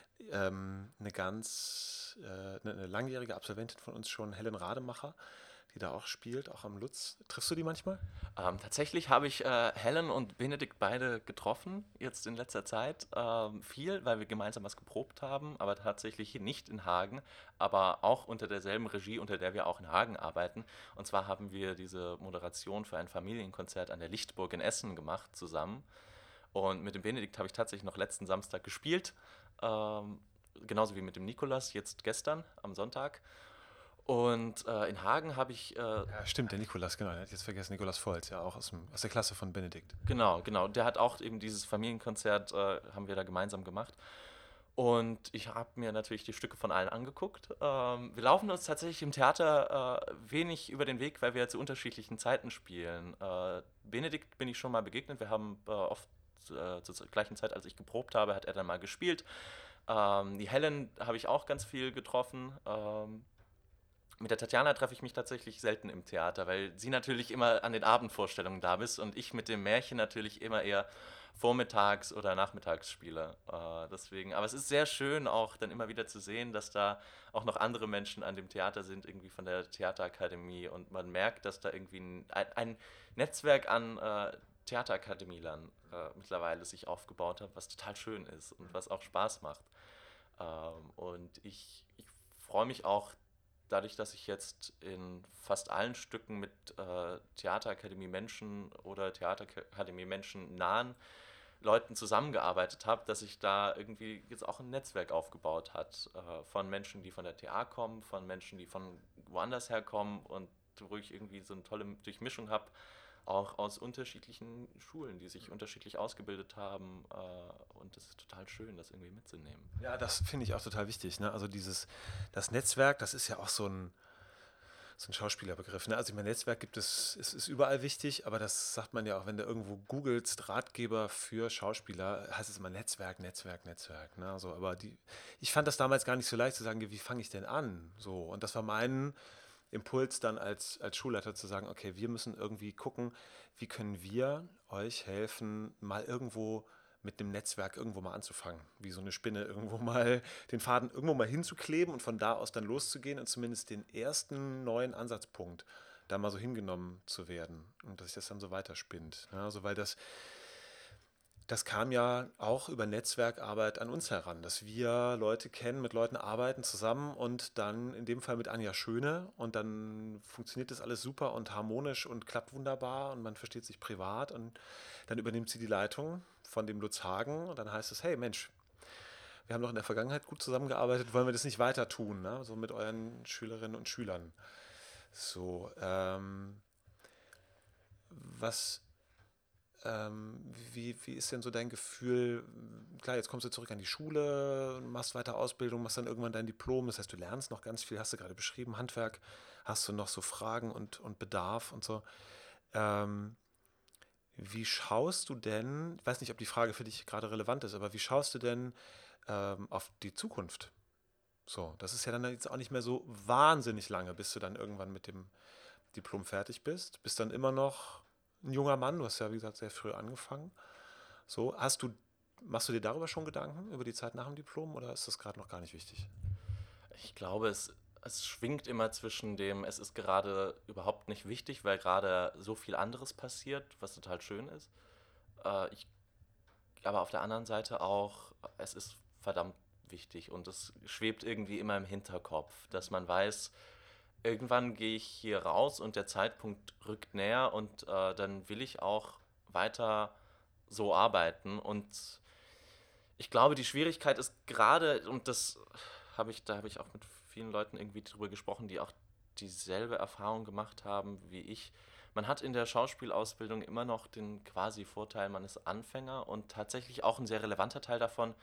eine langjährige Absolventin von uns schon, Helen Rademacher, die da auch spielt, auch am Lutz. Triffst du die manchmal? Tatsächlich habe ich Helen und Benedikt beide getroffen, jetzt in letzter Zeit. Viel, weil wir gemeinsam was geprobt haben, aber tatsächlich nicht in Hagen, aber auch unter derselben Regie, unter der wir auch in Hagen arbeiten. Und zwar haben wir diese Moderation für ein Familienkonzert an der Lichtburg in Essen gemacht zusammen. Und mit dem Benedikt habe ich tatsächlich noch letzten Samstag gespielt. Genauso wie mit dem Nikolas, jetzt gestern am Sonntag. Und in Hagen habe ich Ja, stimmt, der Nikolas, genau. Der hat jetzt vergessen, Nikolas Volz, ja auch aus der Klasse von Benedikt. genau. Der hat auch eben dieses Familienkonzert, haben wir da gemeinsam gemacht. Und ich habe mir natürlich die Stücke von allen angeguckt. Wir laufen uns tatsächlich im Theater wenig über den Weg, weil wir zu unterschiedlichen Zeiten spielen. Benedikt bin ich schon mal begegnet. Wir haben oft zur gleichen Zeit, als ich geprobt habe, hat er dann mal gespielt. Die Helen habe ich auch ganz viel getroffen. Mit der Tatjana treffe ich mich tatsächlich selten im Theater, weil sie natürlich immer an den Abendvorstellungen da ist und ich mit dem Märchen natürlich immer eher vormittags oder nachmittags spiele. Deswegen, aber es ist sehr schön auch dann immer wieder zu sehen, dass da auch noch andere Menschen an dem Theater sind, irgendwie von der Theaterakademie und man merkt, dass da irgendwie ein Netzwerk an Theaterakademielern mittlerweile sich aufgebaut hat, was total schön ist und was auch Spaß macht. Und ich freue mich auch dadurch, dass ich jetzt in fast allen Stücken mit Theaterakademie-Menschen oder Theaterakademie-Menschen nahen Leuten zusammengearbeitet habe, dass sich da irgendwie jetzt auch ein Netzwerk aufgebaut hat von Menschen, die von der TA kommen, von Menschen, die von woanders herkommen und wo ich irgendwie so eine tolle Durchmischung habe, auch aus unterschiedlichen Schulen, die sich unterschiedlich ausgebildet haben und das ist total schön, das irgendwie mitzunehmen. Ja, das finde ich auch total wichtig. Ne? Also das Netzwerk, das ist ja auch so ein Schauspielerbegriff. Ne? Also ich meine, Netzwerk es ist überall wichtig, aber das sagt man ja auch, wenn du irgendwo googelst, Ratgeber für Schauspieler, heißt es immer Netzwerk, Netzwerk, Netzwerk. Ne? Also, ich fand das damals gar nicht so leicht zu sagen, wie fange ich denn an? So, und das war mein Impuls dann als Schulleiter zu sagen, okay, wir müssen irgendwie gucken, wie können wir euch helfen, mal irgendwo mit einem Netzwerk irgendwo mal anzufangen, wie so eine Spinne irgendwo mal den Faden irgendwo mal hinzukleben und von da aus dann loszugehen und zumindest den ersten neuen Ansatzpunkt da mal so hingenommen zu werden und dass sich das dann so weiterspinnt. Ja, also weil das kam ja auch über Netzwerkarbeit an uns heran, dass wir Leute kennen, mit Leuten arbeiten zusammen und dann in dem Fall mit Anja Schöne und dann funktioniert das alles super und harmonisch und klappt wunderbar und man versteht sich privat und dann übernimmt sie die Leitung von dem Lutz Hagen und dann heißt es, hey Mensch, wir haben doch in der Vergangenheit gut zusammengearbeitet, wollen wir das nicht weiter tun, ne? So mit euren Schülerinnen und Schülern. So, was wie ist denn so dein Gefühl? Klar, jetzt kommst du zurück an die Schule, machst weiter Ausbildung, machst dann irgendwann dein Diplom. Das heißt, du lernst noch ganz viel, hast du gerade beschrieben. Handwerk, hast du noch so Fragen und Bedarf und so. Ähm, Wie schaust du denn, ich weiß nicht, ob die Frage für dich gerade relevant ist, aber wie schaust du denn auf die Zukunft? So, das ist ja dann jetzt auch nicht mehr so wahnsinnig lange, bis du dann irgendwann mit dem Diplom fertig bist. Bist dann immer noch ein junger Mann, du hast ja, wie gesagt, sehr früh angefangen. So, machst du dir darüber schon Gedanken, über die Zeit nach dem Diplom, oder ist das gerade noch gar nicht wichtig? Ich glaube, es schwingt immer zwischen dem, es ist gerade überhaupt nicht wichtig, weil gerade so viel anderes passiert, was total schön ist. Ich, aber auf der anderen Seite auch, es ist verdammt wichtig und es schwebt irgendwie immer im Hinterkopf, dass man weiß, irgendwann gehe ich hier raus und der Zeitpunkt rückt näher und dann will ich auch weiter so arbeiten. Und ich glaube, die Schwierigkeit ist gerade, und da habe ich auch mit vielen Leuten irgendwie drüber gesprochen, die auch dieselbe Erfahrung gemacht haben wie ich. Man hat in der Schauspielausbildung immer noch den quasi Vorteil, man ist Anfänger und tatsächlich auch ein sehr relevanter Teil davon,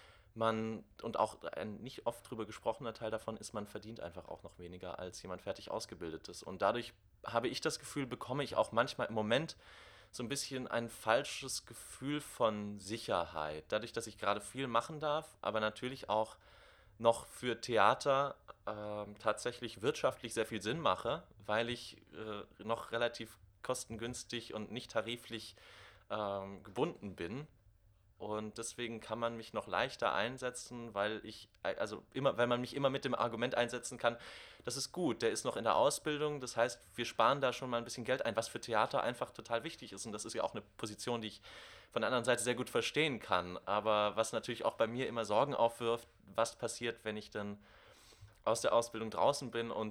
und auch ein nicht oft drüber gesprochener Teil davon ist, man verdient einfach auch noch weniger als jemand fertig Ausgebildetes. Und dadurch habe ich das Gefühl, bekomme ich auch manchmal im Moment so ein bisschen ein falsches Gefühl von Sicherheit. Dadurch, dass ich gerade viel machen darf, aber natürlich auch noch für Theater tatsächlich wirtschaftlich sehr viel Sinn mache, weil ich noch relativ kostengünstig und nicht tariflich gebunden bin. Und deswegen kann man mich noch leichter einsetzen, weil man mich immer mit dem Argument einsetzen kann, das ist gut, der ist noch in der Ausbildung, das heißt, wir sparen da schon mal ein bisschen Geld ein, was für Theater einfach total wichtig ist. Und das ist ja auch eine Position, die ich von der anderen Seite sehr gut verstehen kann. Aber was natürlich auch bei mir immer Sorgen aufwirft, was passiert, wenn ich dann aus der Ausbildung draußen bin und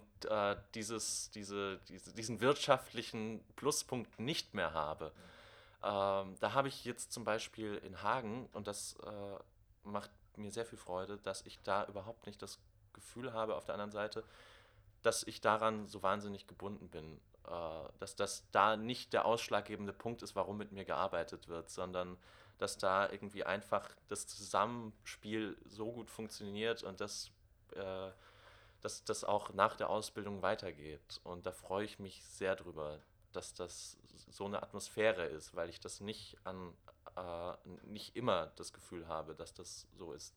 diesen wirtschaftlichen Pluspunkt nicht mehr habe. Da habe ich jetzt zum Beispiel in Hagen, und das macht mir sehr viel Freude, dass ich da überhaupt nicht das Gefühl habe, auf der anderen Seite, dass ich daran so wahnsinnig gebunden bin. Dass das da nicht der ausschlaggebende Punkt ist, warum mit mir gearbeitet wird, sondern dass da irgendwie einfach das Zusammenspiel so gut funktioniert und dass das auch nach der Ausbildung weitergeht. Und da freue ich mich sehr drüber, dass das so eine Atmosphäre ist, weil ich das nicht immer das Gefühl habe, dass das so ist.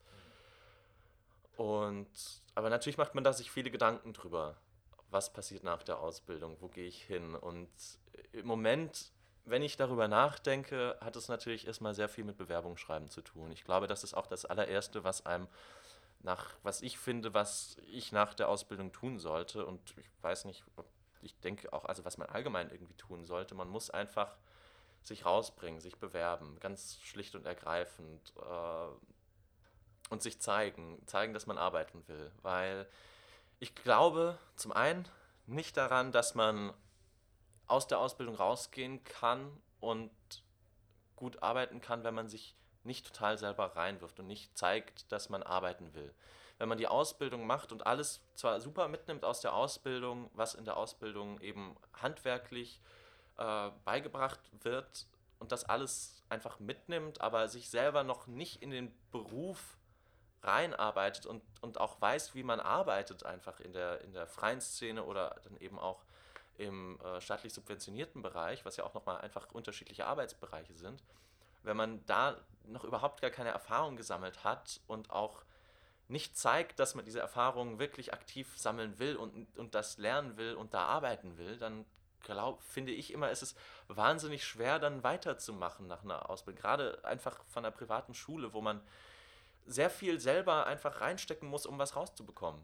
Aber natürlich macht man da sich viele Gedanken drüber, was passiert nach der Ausbildung, wo gehe ich hin. Und im Moment, wenn ich darüber nachdenke, hat es natürlich erstmal sehr viel mit Bewerbungsschreiben zu tun. Ich glaube, das ist auch das allererste, was ich finde, was ich nach der Ausbildung tun sollte. Und ich weiß nicht, ich denke auch, also was man allgemein irgendwie tun sollte, man muss einfach sich rausbringen, sich bewerben, ganz schlicht und ergreifend und sich zeigen, dass man arbeiten will. Weil ich glaube zum einen nicht daran, dass man aus der Ausbildung rausgehen kann und gut arbeiten kann, wenn man sich nicht total selber reinwirft und nicht zeigt, dass man arbeiten will. Wenn man die Ausbildung macht und alles zwar super mitnimmt aus der Ausbildung, was in der Ausbildung eben handwerklich beigebracht wird und das alles einfach mitnimmt, aber sich selber noch nicht in den Beruf reinarbeitet und auch weiß, wie man arbeitet einfach in der freien Szene oder dann eben auch im staatlich subventionierten Bereich, was ja auch nochmal einfach unterschiedliche Arbeitsbereiche sind, wenn man da noch überhaupt gar keine Erfahrung gesammelt hat und auch nicht zeigt, dass man diese Erfahrungen wirklich aktiv sammeln will und das lernen will und da arbeiten will, dann finde ich immer, es ist wahnsinnig schwer, dann weiterzumachen nach einer Ausbildung. Gerade einfach von einer privaten Schule, wo man sehr viel selber einfach reinstecken muss, um was rauszubekommen.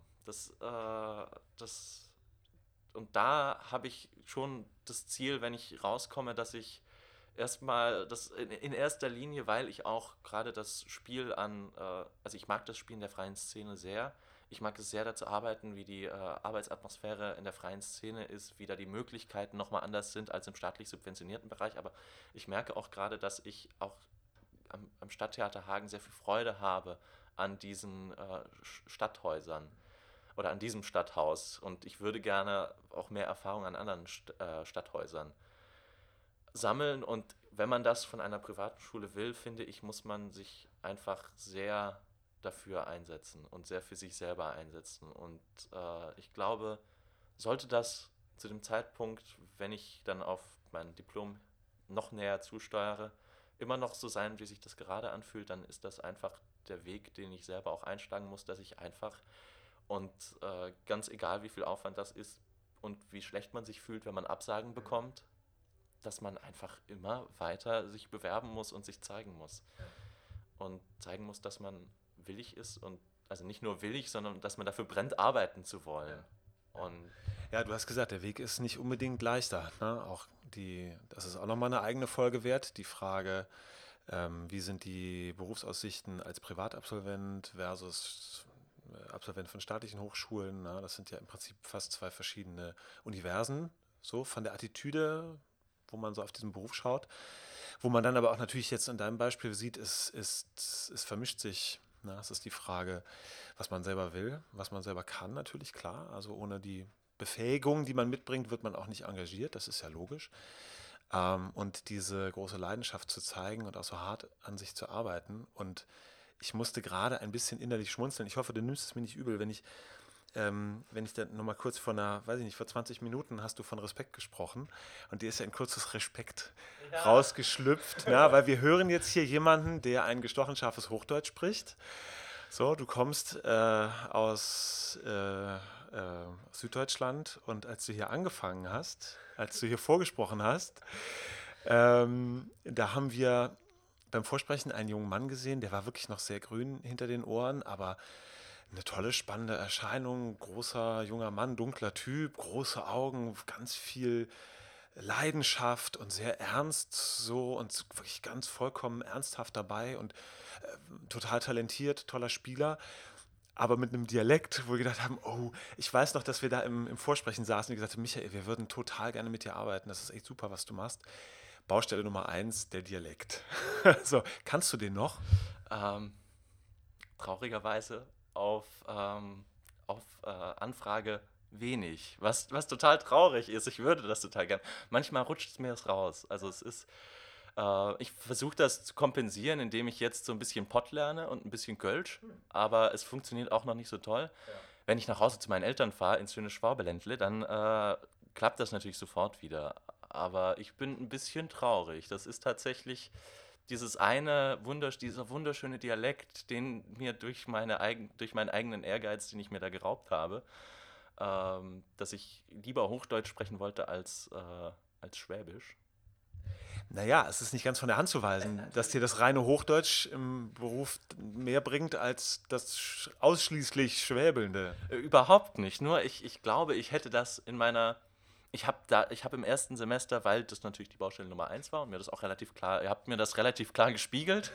Und da habe ich schon das Ziel, wenn ich rauskomme, dass ich erstmal das in erster Linie, weil ich auch gerade das Spiel also ich mag das Spiel in der freien Szene sehr. Ich mag es sehr, da zu arbeiten, wie die Arbeitsatmosphäre in der freien Szene ist, wie da die Möglichkeiten nochmal anders sind als im staatlich subventionierten Bereich. Aber ich merke auch gerade, dass ich auch am Stadttheater Hagen sehr viel Freude habe an diesen Stadthäusern oder an diesem Stadthaus. Und ich würde gerne auch mehr Erfahrung an anderen Stadthäusern sammeln. Und wenn man das von einer privaten Schule will, finde ich, muss man sich einfach sehr dafür einsetzen und sehr für sich selber einsetzen. Und ich glaube, sollte das zu dem Zeitpunkt, wenn ich dann auf mein Diplom noch näher zusteuere, immer noch so sein, wie sich das gerade anfühlt, dann ist das einfach der Weg, den ich selber auch einschlagen muss, dass ich einfach und ganz egal, wie viel Aufwand das ist und wie schlecht man sich fühlt, wenn man Absagen bekommt, dass man einfach immer weiter sich bewerben muss und sich zeigen muss. Und zeigen muss, dass man willig ist und also nicht nur willig, sondern dass man dafür brennt, arbeiten zu wollen. Und ja, du hast gesagt, der Weg ist nicht unbedingt leichter. Ne? Das ist auch nochmal eine eigene Folge wert. Die Frage, wie sind die Berufsaussichten als Privatabsolvent versus Absolvent von staatlichen Hochschulen. Na, das sind ja im Prinzip fast zwei verschiedene Universen, so von der Attitüde, wo man so auf diesen Beruf schaut. Wo man dann aber auch natürlich jetzt in deinem Beispiel sieht, es vermischt sich. Na, es ist die Frage, was man selber will, was man selber kann, natürlich klar. Also ohne die Befähigung, die man mitbringt, wird man auch nicht engagiert, das ist ja logisch. Und diese große Leidenschaft zu zeigen und auch so hart an sich zu arbeiten. Und ich musste gerade ein bisschen innerlich schmunzeln. Ich hoffe, du nimmst es mir nicht übel, wenn ich dann nochmal kurz vor 20 Minuten hast du von Respekt gesprochen und dir ist ja ein kurzes Respekt rausgeschlüpft, weil wir hören jetzt hier jemanden, der ein gestochen scharfes Hochdeutsch spricht. So, du kommst aus Süddeutschland und als du hier angefangen hast, als du hier vorgesprochen hast, da haben wir beim Vorsprechen einen jungen Mann gesehen, der war wirklich noch sehr grün hinter den Ohren, aber eine tolle, spannende Erscheinung, großer, junger Mann, dunkler Typ, große Augen, ganz viel Leidenschaft und sehr ernst so und wirklich ganz vollkommen ernsthaft dabei und total talentiert, toller Spieler, aber mit einem Dialekt, wo wir gedacht haben, oh, ich weiß noch, dass wir da im Vorsprechen saßen und gesagt haben, Michael, wir würden total gerne mit dir arbeiten, das ist echt super, was du machst. Baustelle Nummer 1, der Dialekt. So, kannst du den noch? Traurigerweise auf Anfrage wenig, was total traurig ist. Ich würde das total gern. Manchmal rutscht es mir das raus. Also es ist, ich versuche das zu kompensieren, indem ich jetzt so ein bisschen Pott lerne und ein bisschen Kölsch, aber es funktioniert auch noch nicht so toll. Ja. Wenn ich nach Hause zu meinen Eltern fahre, ins schöne Schwabeländle, dann klappt das natürlich sofort wieder. Aber ich bin ein bisschen traurig. Das ist tatsächlich dieser wunderschöne Dialekt, den mir durch meinen eigenen Ehrgeiz, den ich mir da geraubt habe, dass ich lieber Hochdeutsch sprechen wollte als Schwäbisch. Naja, es ist nicht ganz von der Hand zu weisen, dass dir das reine Hochdeutsch im Beruf mehr bringt als das ausschließlich Schwäbelnde. Überhaupt nicht. Nur ich glaube, ich hätte das in meiner... Ich habe im ersten Semester, weil das natürlich die Baustelle Nummer 1 war und mir das auch ihr habt mir das relativ klar gespiegelt,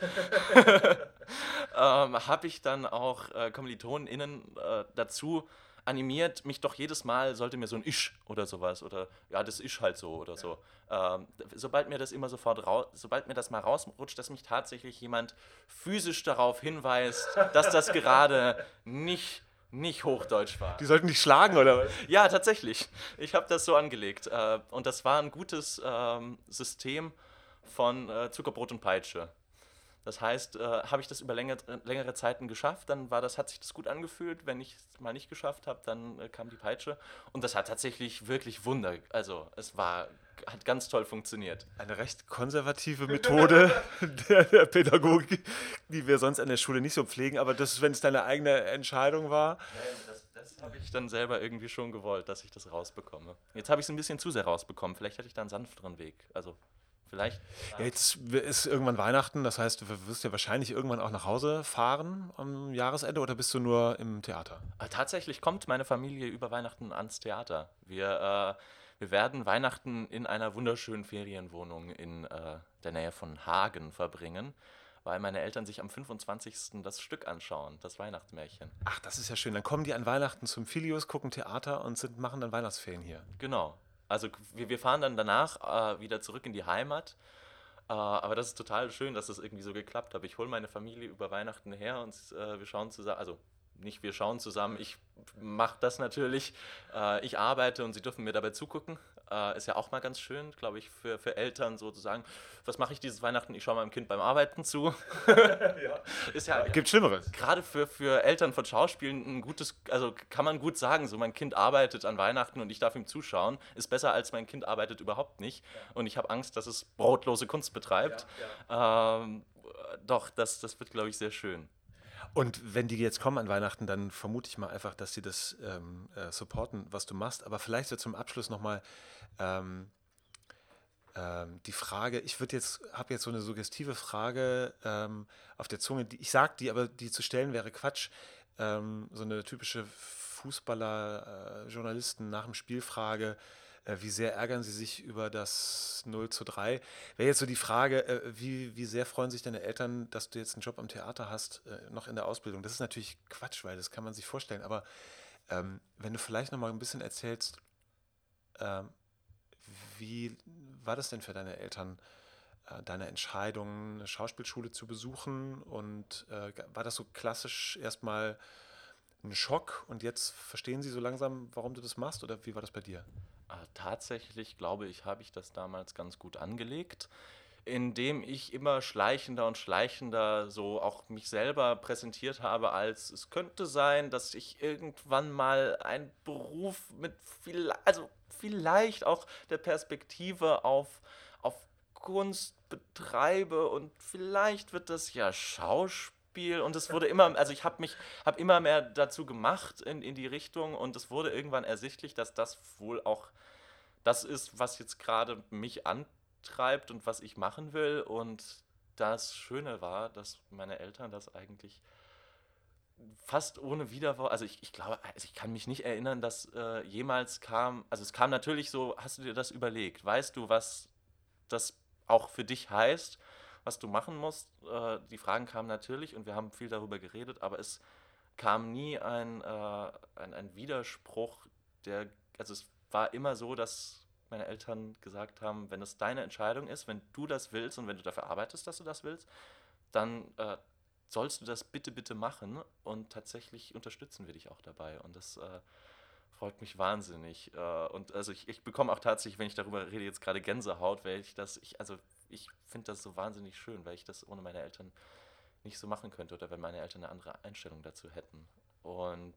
habe ich dann auch KommilitonInnen dazu animiert, mich doch jedes Mal sollte mir so ein Isch oder sowas oder ja, das ist halt so oder so. Sobald mir das mal rausrutscht, dass mich tatsächlich jemand physisch darauf hinweist, dass das gerade nicht Hochdeutsch war. Die sollten dich schlagen, oder was? Ja, tatsächlich. Ich habe das so angelegt. Und das war ein gutes System von Zuckerbrot und Peitsche. Das heißt, habe ich das über längere Zeiten geschafft, dann hat sich das gut angefühlt. Wenn ich es mal nicht geschafft habe, dann kam die Peitsche. Und das hat tatsächlich wirklich hat ganz toll funktioniert. Eine recht konservative Methode der Pädagogik, die wir sonst an der Schule nicht so pflegen. Aber wenn es deine eigene Entscheidung war. Das habe ich dann selber irgendwie schon gewollt, dass ich das rausbekomme. Jetzt habe ich es ein bisschen zu sehr rausbekommen. Vielleicht hätte ich da einen sanfteren Weg. Also vielleicht. Ja, jetzt ist irgendwann Weihnachten, das heißt, du wirst ja wahrscheinlich irgendwann auch nach Hause fahren am Jahresende oder bist du nur im Theater? Tatsächlich kommt meine Familie über Weihnachten ans Theater. Wir werden Weihnachten in einer wunderschönen Ferienwohnung in der Nähe von Hagen verbringen, weil meine Eltern sich am 25. das Stück anschauen, das Weihnachtsmärchen. Ach, das ist ja schön. Dann kommen die an Weihnachten zum Filius, gucken Theater und machen dann Weihnachtsferien hier. Genau. Also wir fahren dann danach wieder zurück in die Heimat. Aber das ist total schön, dass das irgendwie so geklappt hat. Ich hole meine Familie über Weihnachten her und wir schauen zusammen, also nicht wir schauen zusammen, ich mache das natürlich. Ich arbeite und sie dürfen mir dabei zugucken. Ist ja auch mal ganz schön, glaube ich, für Eltern sozusagen. Was mache ich dieses Weihnachten? Ich schaue meinem Kind beim Arbeiten zu. Ja. Ist ja Gibt Schlimmeres. gerade für Eltern von Schauspielen ein gutes, also kann man gut sagen, so mein Kind arbeitet an Weihnachten und ich darf ihm zuschauen, ist besser als mein Kind arbeitet überhaupt nicht. Und ich habe Angst, dass es brotlose Kunst betreibt. Doch, das wird, glaube ich, sehr schön. Und wenn die jetzt kommen an Weihnachten, dann vermute ich mal einfach, dass sie das supporten, was du machst. Aber vielleicht so zum Abschluss nochmal die Frage, habe jetzt so eine suggestive Frage auf der Zunge, ich sag die, aber die zu stellen wäre Quatsch. So eine typische Fußballer-Journalisten nach dem Spielfrage, wie sehr ärgern sie sich über das 0:3? Wäre jetzt so die Frage, wie sehr freuen sich deine Eltern, dass du jetzt einen Job am Theater hast, noch in der Ausbildung? Das ist natürlich Quatsch, weil das kann man sich vorstellen. Aber wenn du vielleicht noch mal ein bisschen erzählst, ähm, wie war das denn für deine Eltern, deine Entscheidung, eine Schauspielschule zu besuchen? Und war das so klassisch erstmal ein Schock und jetzt verstehen sie so langsam, warum du das machst? Oder wie war das bei dir? Tatsächlich, glaube ich, habe ich das damals ganz gut angelegt, indem ich immer schleichender und schleichender so auch mich selber präsentiert habe, als es könnte sein, dass ich irgendwann mal einen Beruf mit also vielleicht auch der Perspektive auf Kunst betreibe und vielleicht wird das ja Schauspiel und es wurde immer, also ich habe immer mehr dazu gemacht in die Richtung und es wurde irgendwann ersichtlich, dass das wohl auch das ist, was jetzt gerade mich antreibt und was ich machen will. Und das Schöne war, dass meine Eltern das eigentlich fast ohne Widerwort, also ich glaube, also ich kann mich nicht erinnern, dass jemals kam, also es kam natürlich so, hast du dir das überlegt? Weißt du, was das auch für dich heißt, was du machen musst? Die Fragen kamen natürlich und wir haben viel darüber geredet, aber es kam nie ein Widerspruch, also es war immer so, dass meine Eltern gesagt haben, wenn es deine Entscheidung ist, wenn du das willst und wenn du dafür arbeitest, dass du das willst, dann sollst du das bitte, bitte machen und tatsächlich unterstützen wir dich auch dabei und das freut mich wahnsinnig und also ich bekomme auch tatsächlich, wenn ich darüber rede, jetzt gerade Gänsehaut, weil ich finde das so wahnsinnig schön, weil ich das ohne meine Eltern nicht so machen könnte oder wenn meine Eltern eine andere Einstellung dazu hätten und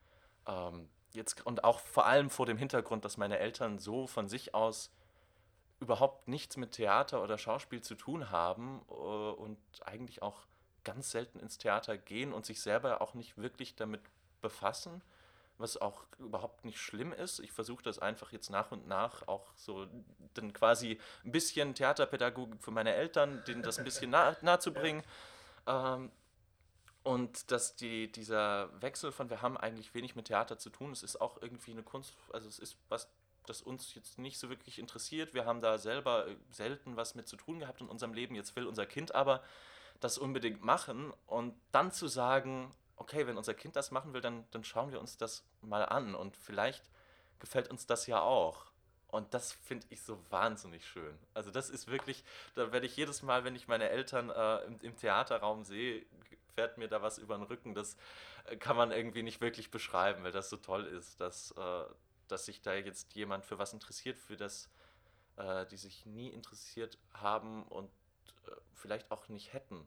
jetzt und auch vor allem vor dem Hintergrund, dass meine Eltern so von sich aus überhaupt nichts mit Theater oder Schauspiel zu tun haben und eigentlich auch ganz selten ins Theater gehen und sich selber auch nicht wirklich damit befassen, was auch überhaupt nicht schlimm ist. Ich versuche das einfach jetzt nach und nach auch so dann quasi ein bisschen Theaterpädagogik für meine Eltern, denen das ein bisschen nahe zu bringen. Ähm, und dass dieser Wechsel von wir haben eigentlich wenig mit Theater zu tun, es ist auch irgendwie eine Kunst, also es ist was, das uns jetzt nicht so wirklich interessiert. Wir haben da selber selten was mit zu tun gehabt in unserem Leben. Jetzt will unser Kind aber das unbedingt machen und dann zu sagen, okay, wenn unser Kind das machen will, dann schauen wir uns das mal an und vielleicht gefällt uns das ja auch. Und das finde ich so wahnsinnig schön. Also das ist wirklich, da werde ich jedes Mal, wenn ich meine Eltern im Theaterraum sehe, fährt mir da was über den Rücken. Das kann man irgendwie nicht wirklich beschreiben, weil das so toll ist, dass sich da jetzt jemand für was interessiert, für das die sich nie interessiert haben und vielleicht auch nicht hätten,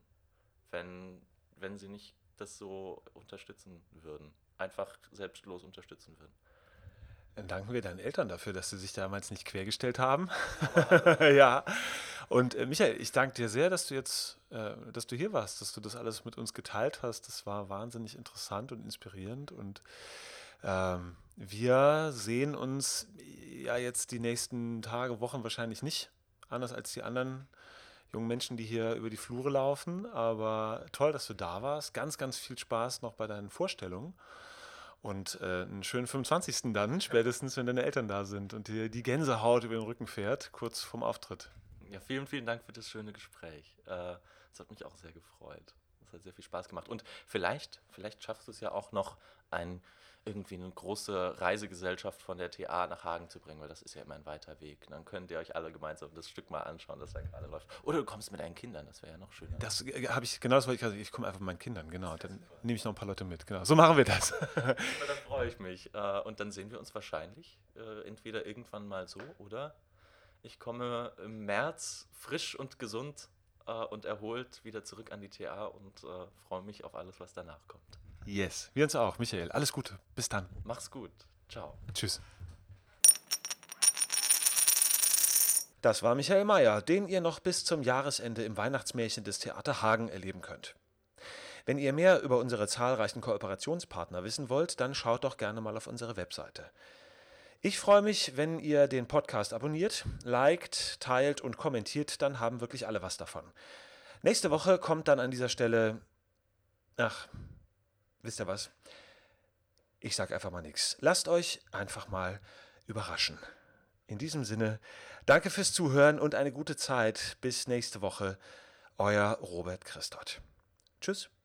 wenn sie nicht das so unterstützen würden. Einfach selbstlos unterstützen würden. Dann danken wir deinen Eltern dafür, dass sie sich damals nicht quergestellt haben. Aber Ja. Und Michael, ich danke dir sehr, dass du hier warst, dass du das alles mit uns geteilt hast. Das war wahnsinnig interessant und inspirierend und Wir sehen uns ja jetzt die nächsten Tage, Wochen wahrscheinlich nicht, anders als die anderen jungen Menschen, die hier über die Flure laufen. Aber toll, dass du da warst. Ganz, ganz viel Spaß noch bei deinen Vorstellungen. Und einen schönen 25. dann, spätestens, wenn deine Eltern da sind und dir die Gänsehaut über den Rücken fährt, kurz vorm Auftritt. Ja, vielen, vielen Dank für das schöne Gespräch. Das hat mich auch sehr gefreut. Das hat sehr viel Spaß gemacht. Und vielleicht schaffst du es ja auch noch, irgendwie eine große Reisegesellschaft von der TA nach Hagen zu bringen, weil das ist ja immer ein weiter Weg. Dann könnt ihr euch alle gemeinsam das Stück mal anschauen, das da gerade läuft. Oder du kommst mit deinen Kindern, das wäre ja noch schöner. Das habe ich, genau das wollte ich gerade, ich komme einfach mit meinen Kindern, genau. Dann nehme ich noch ein paar Leute mit, genau. So machen wir das. Dann freue ich mich. Und dann sehen wir uns wahrscheinlich entweder irgendwann mal so oder ich komme im März frisch und gesund und erholt wieder zurück an die TA und freue mich auf alles, was danach kommt. Yes, wir uns auch. Michael, alles Gute. Bis dann. Mach's gut. Ciao. Tschüss. Das war Michael Mayer, den ihr noch bis zum Jahresende im Weihnachtsmärchen des Theater Hagen erleben könnt. Wenn ihr mehr über unsere zahlreichen Kooperationspartner wissen wollt, dann schaut doch gerne mal auf unsere Webseite. Ich freue mich, wenn ihr den Podcast abonniert, liked, teilt und kommentiert, dann haben wirklich alle was davon. Nächste Woche kommt dann an dieser Stelle... wisst ihr was? Ich sag einfach mal nichts. Lasst euch einfach mal überraschen. In diesem Sinne, danke fürs Zuhören und eine gute Zeit. Bis nächste Woche. Euer Robert Christoth. Tschüss.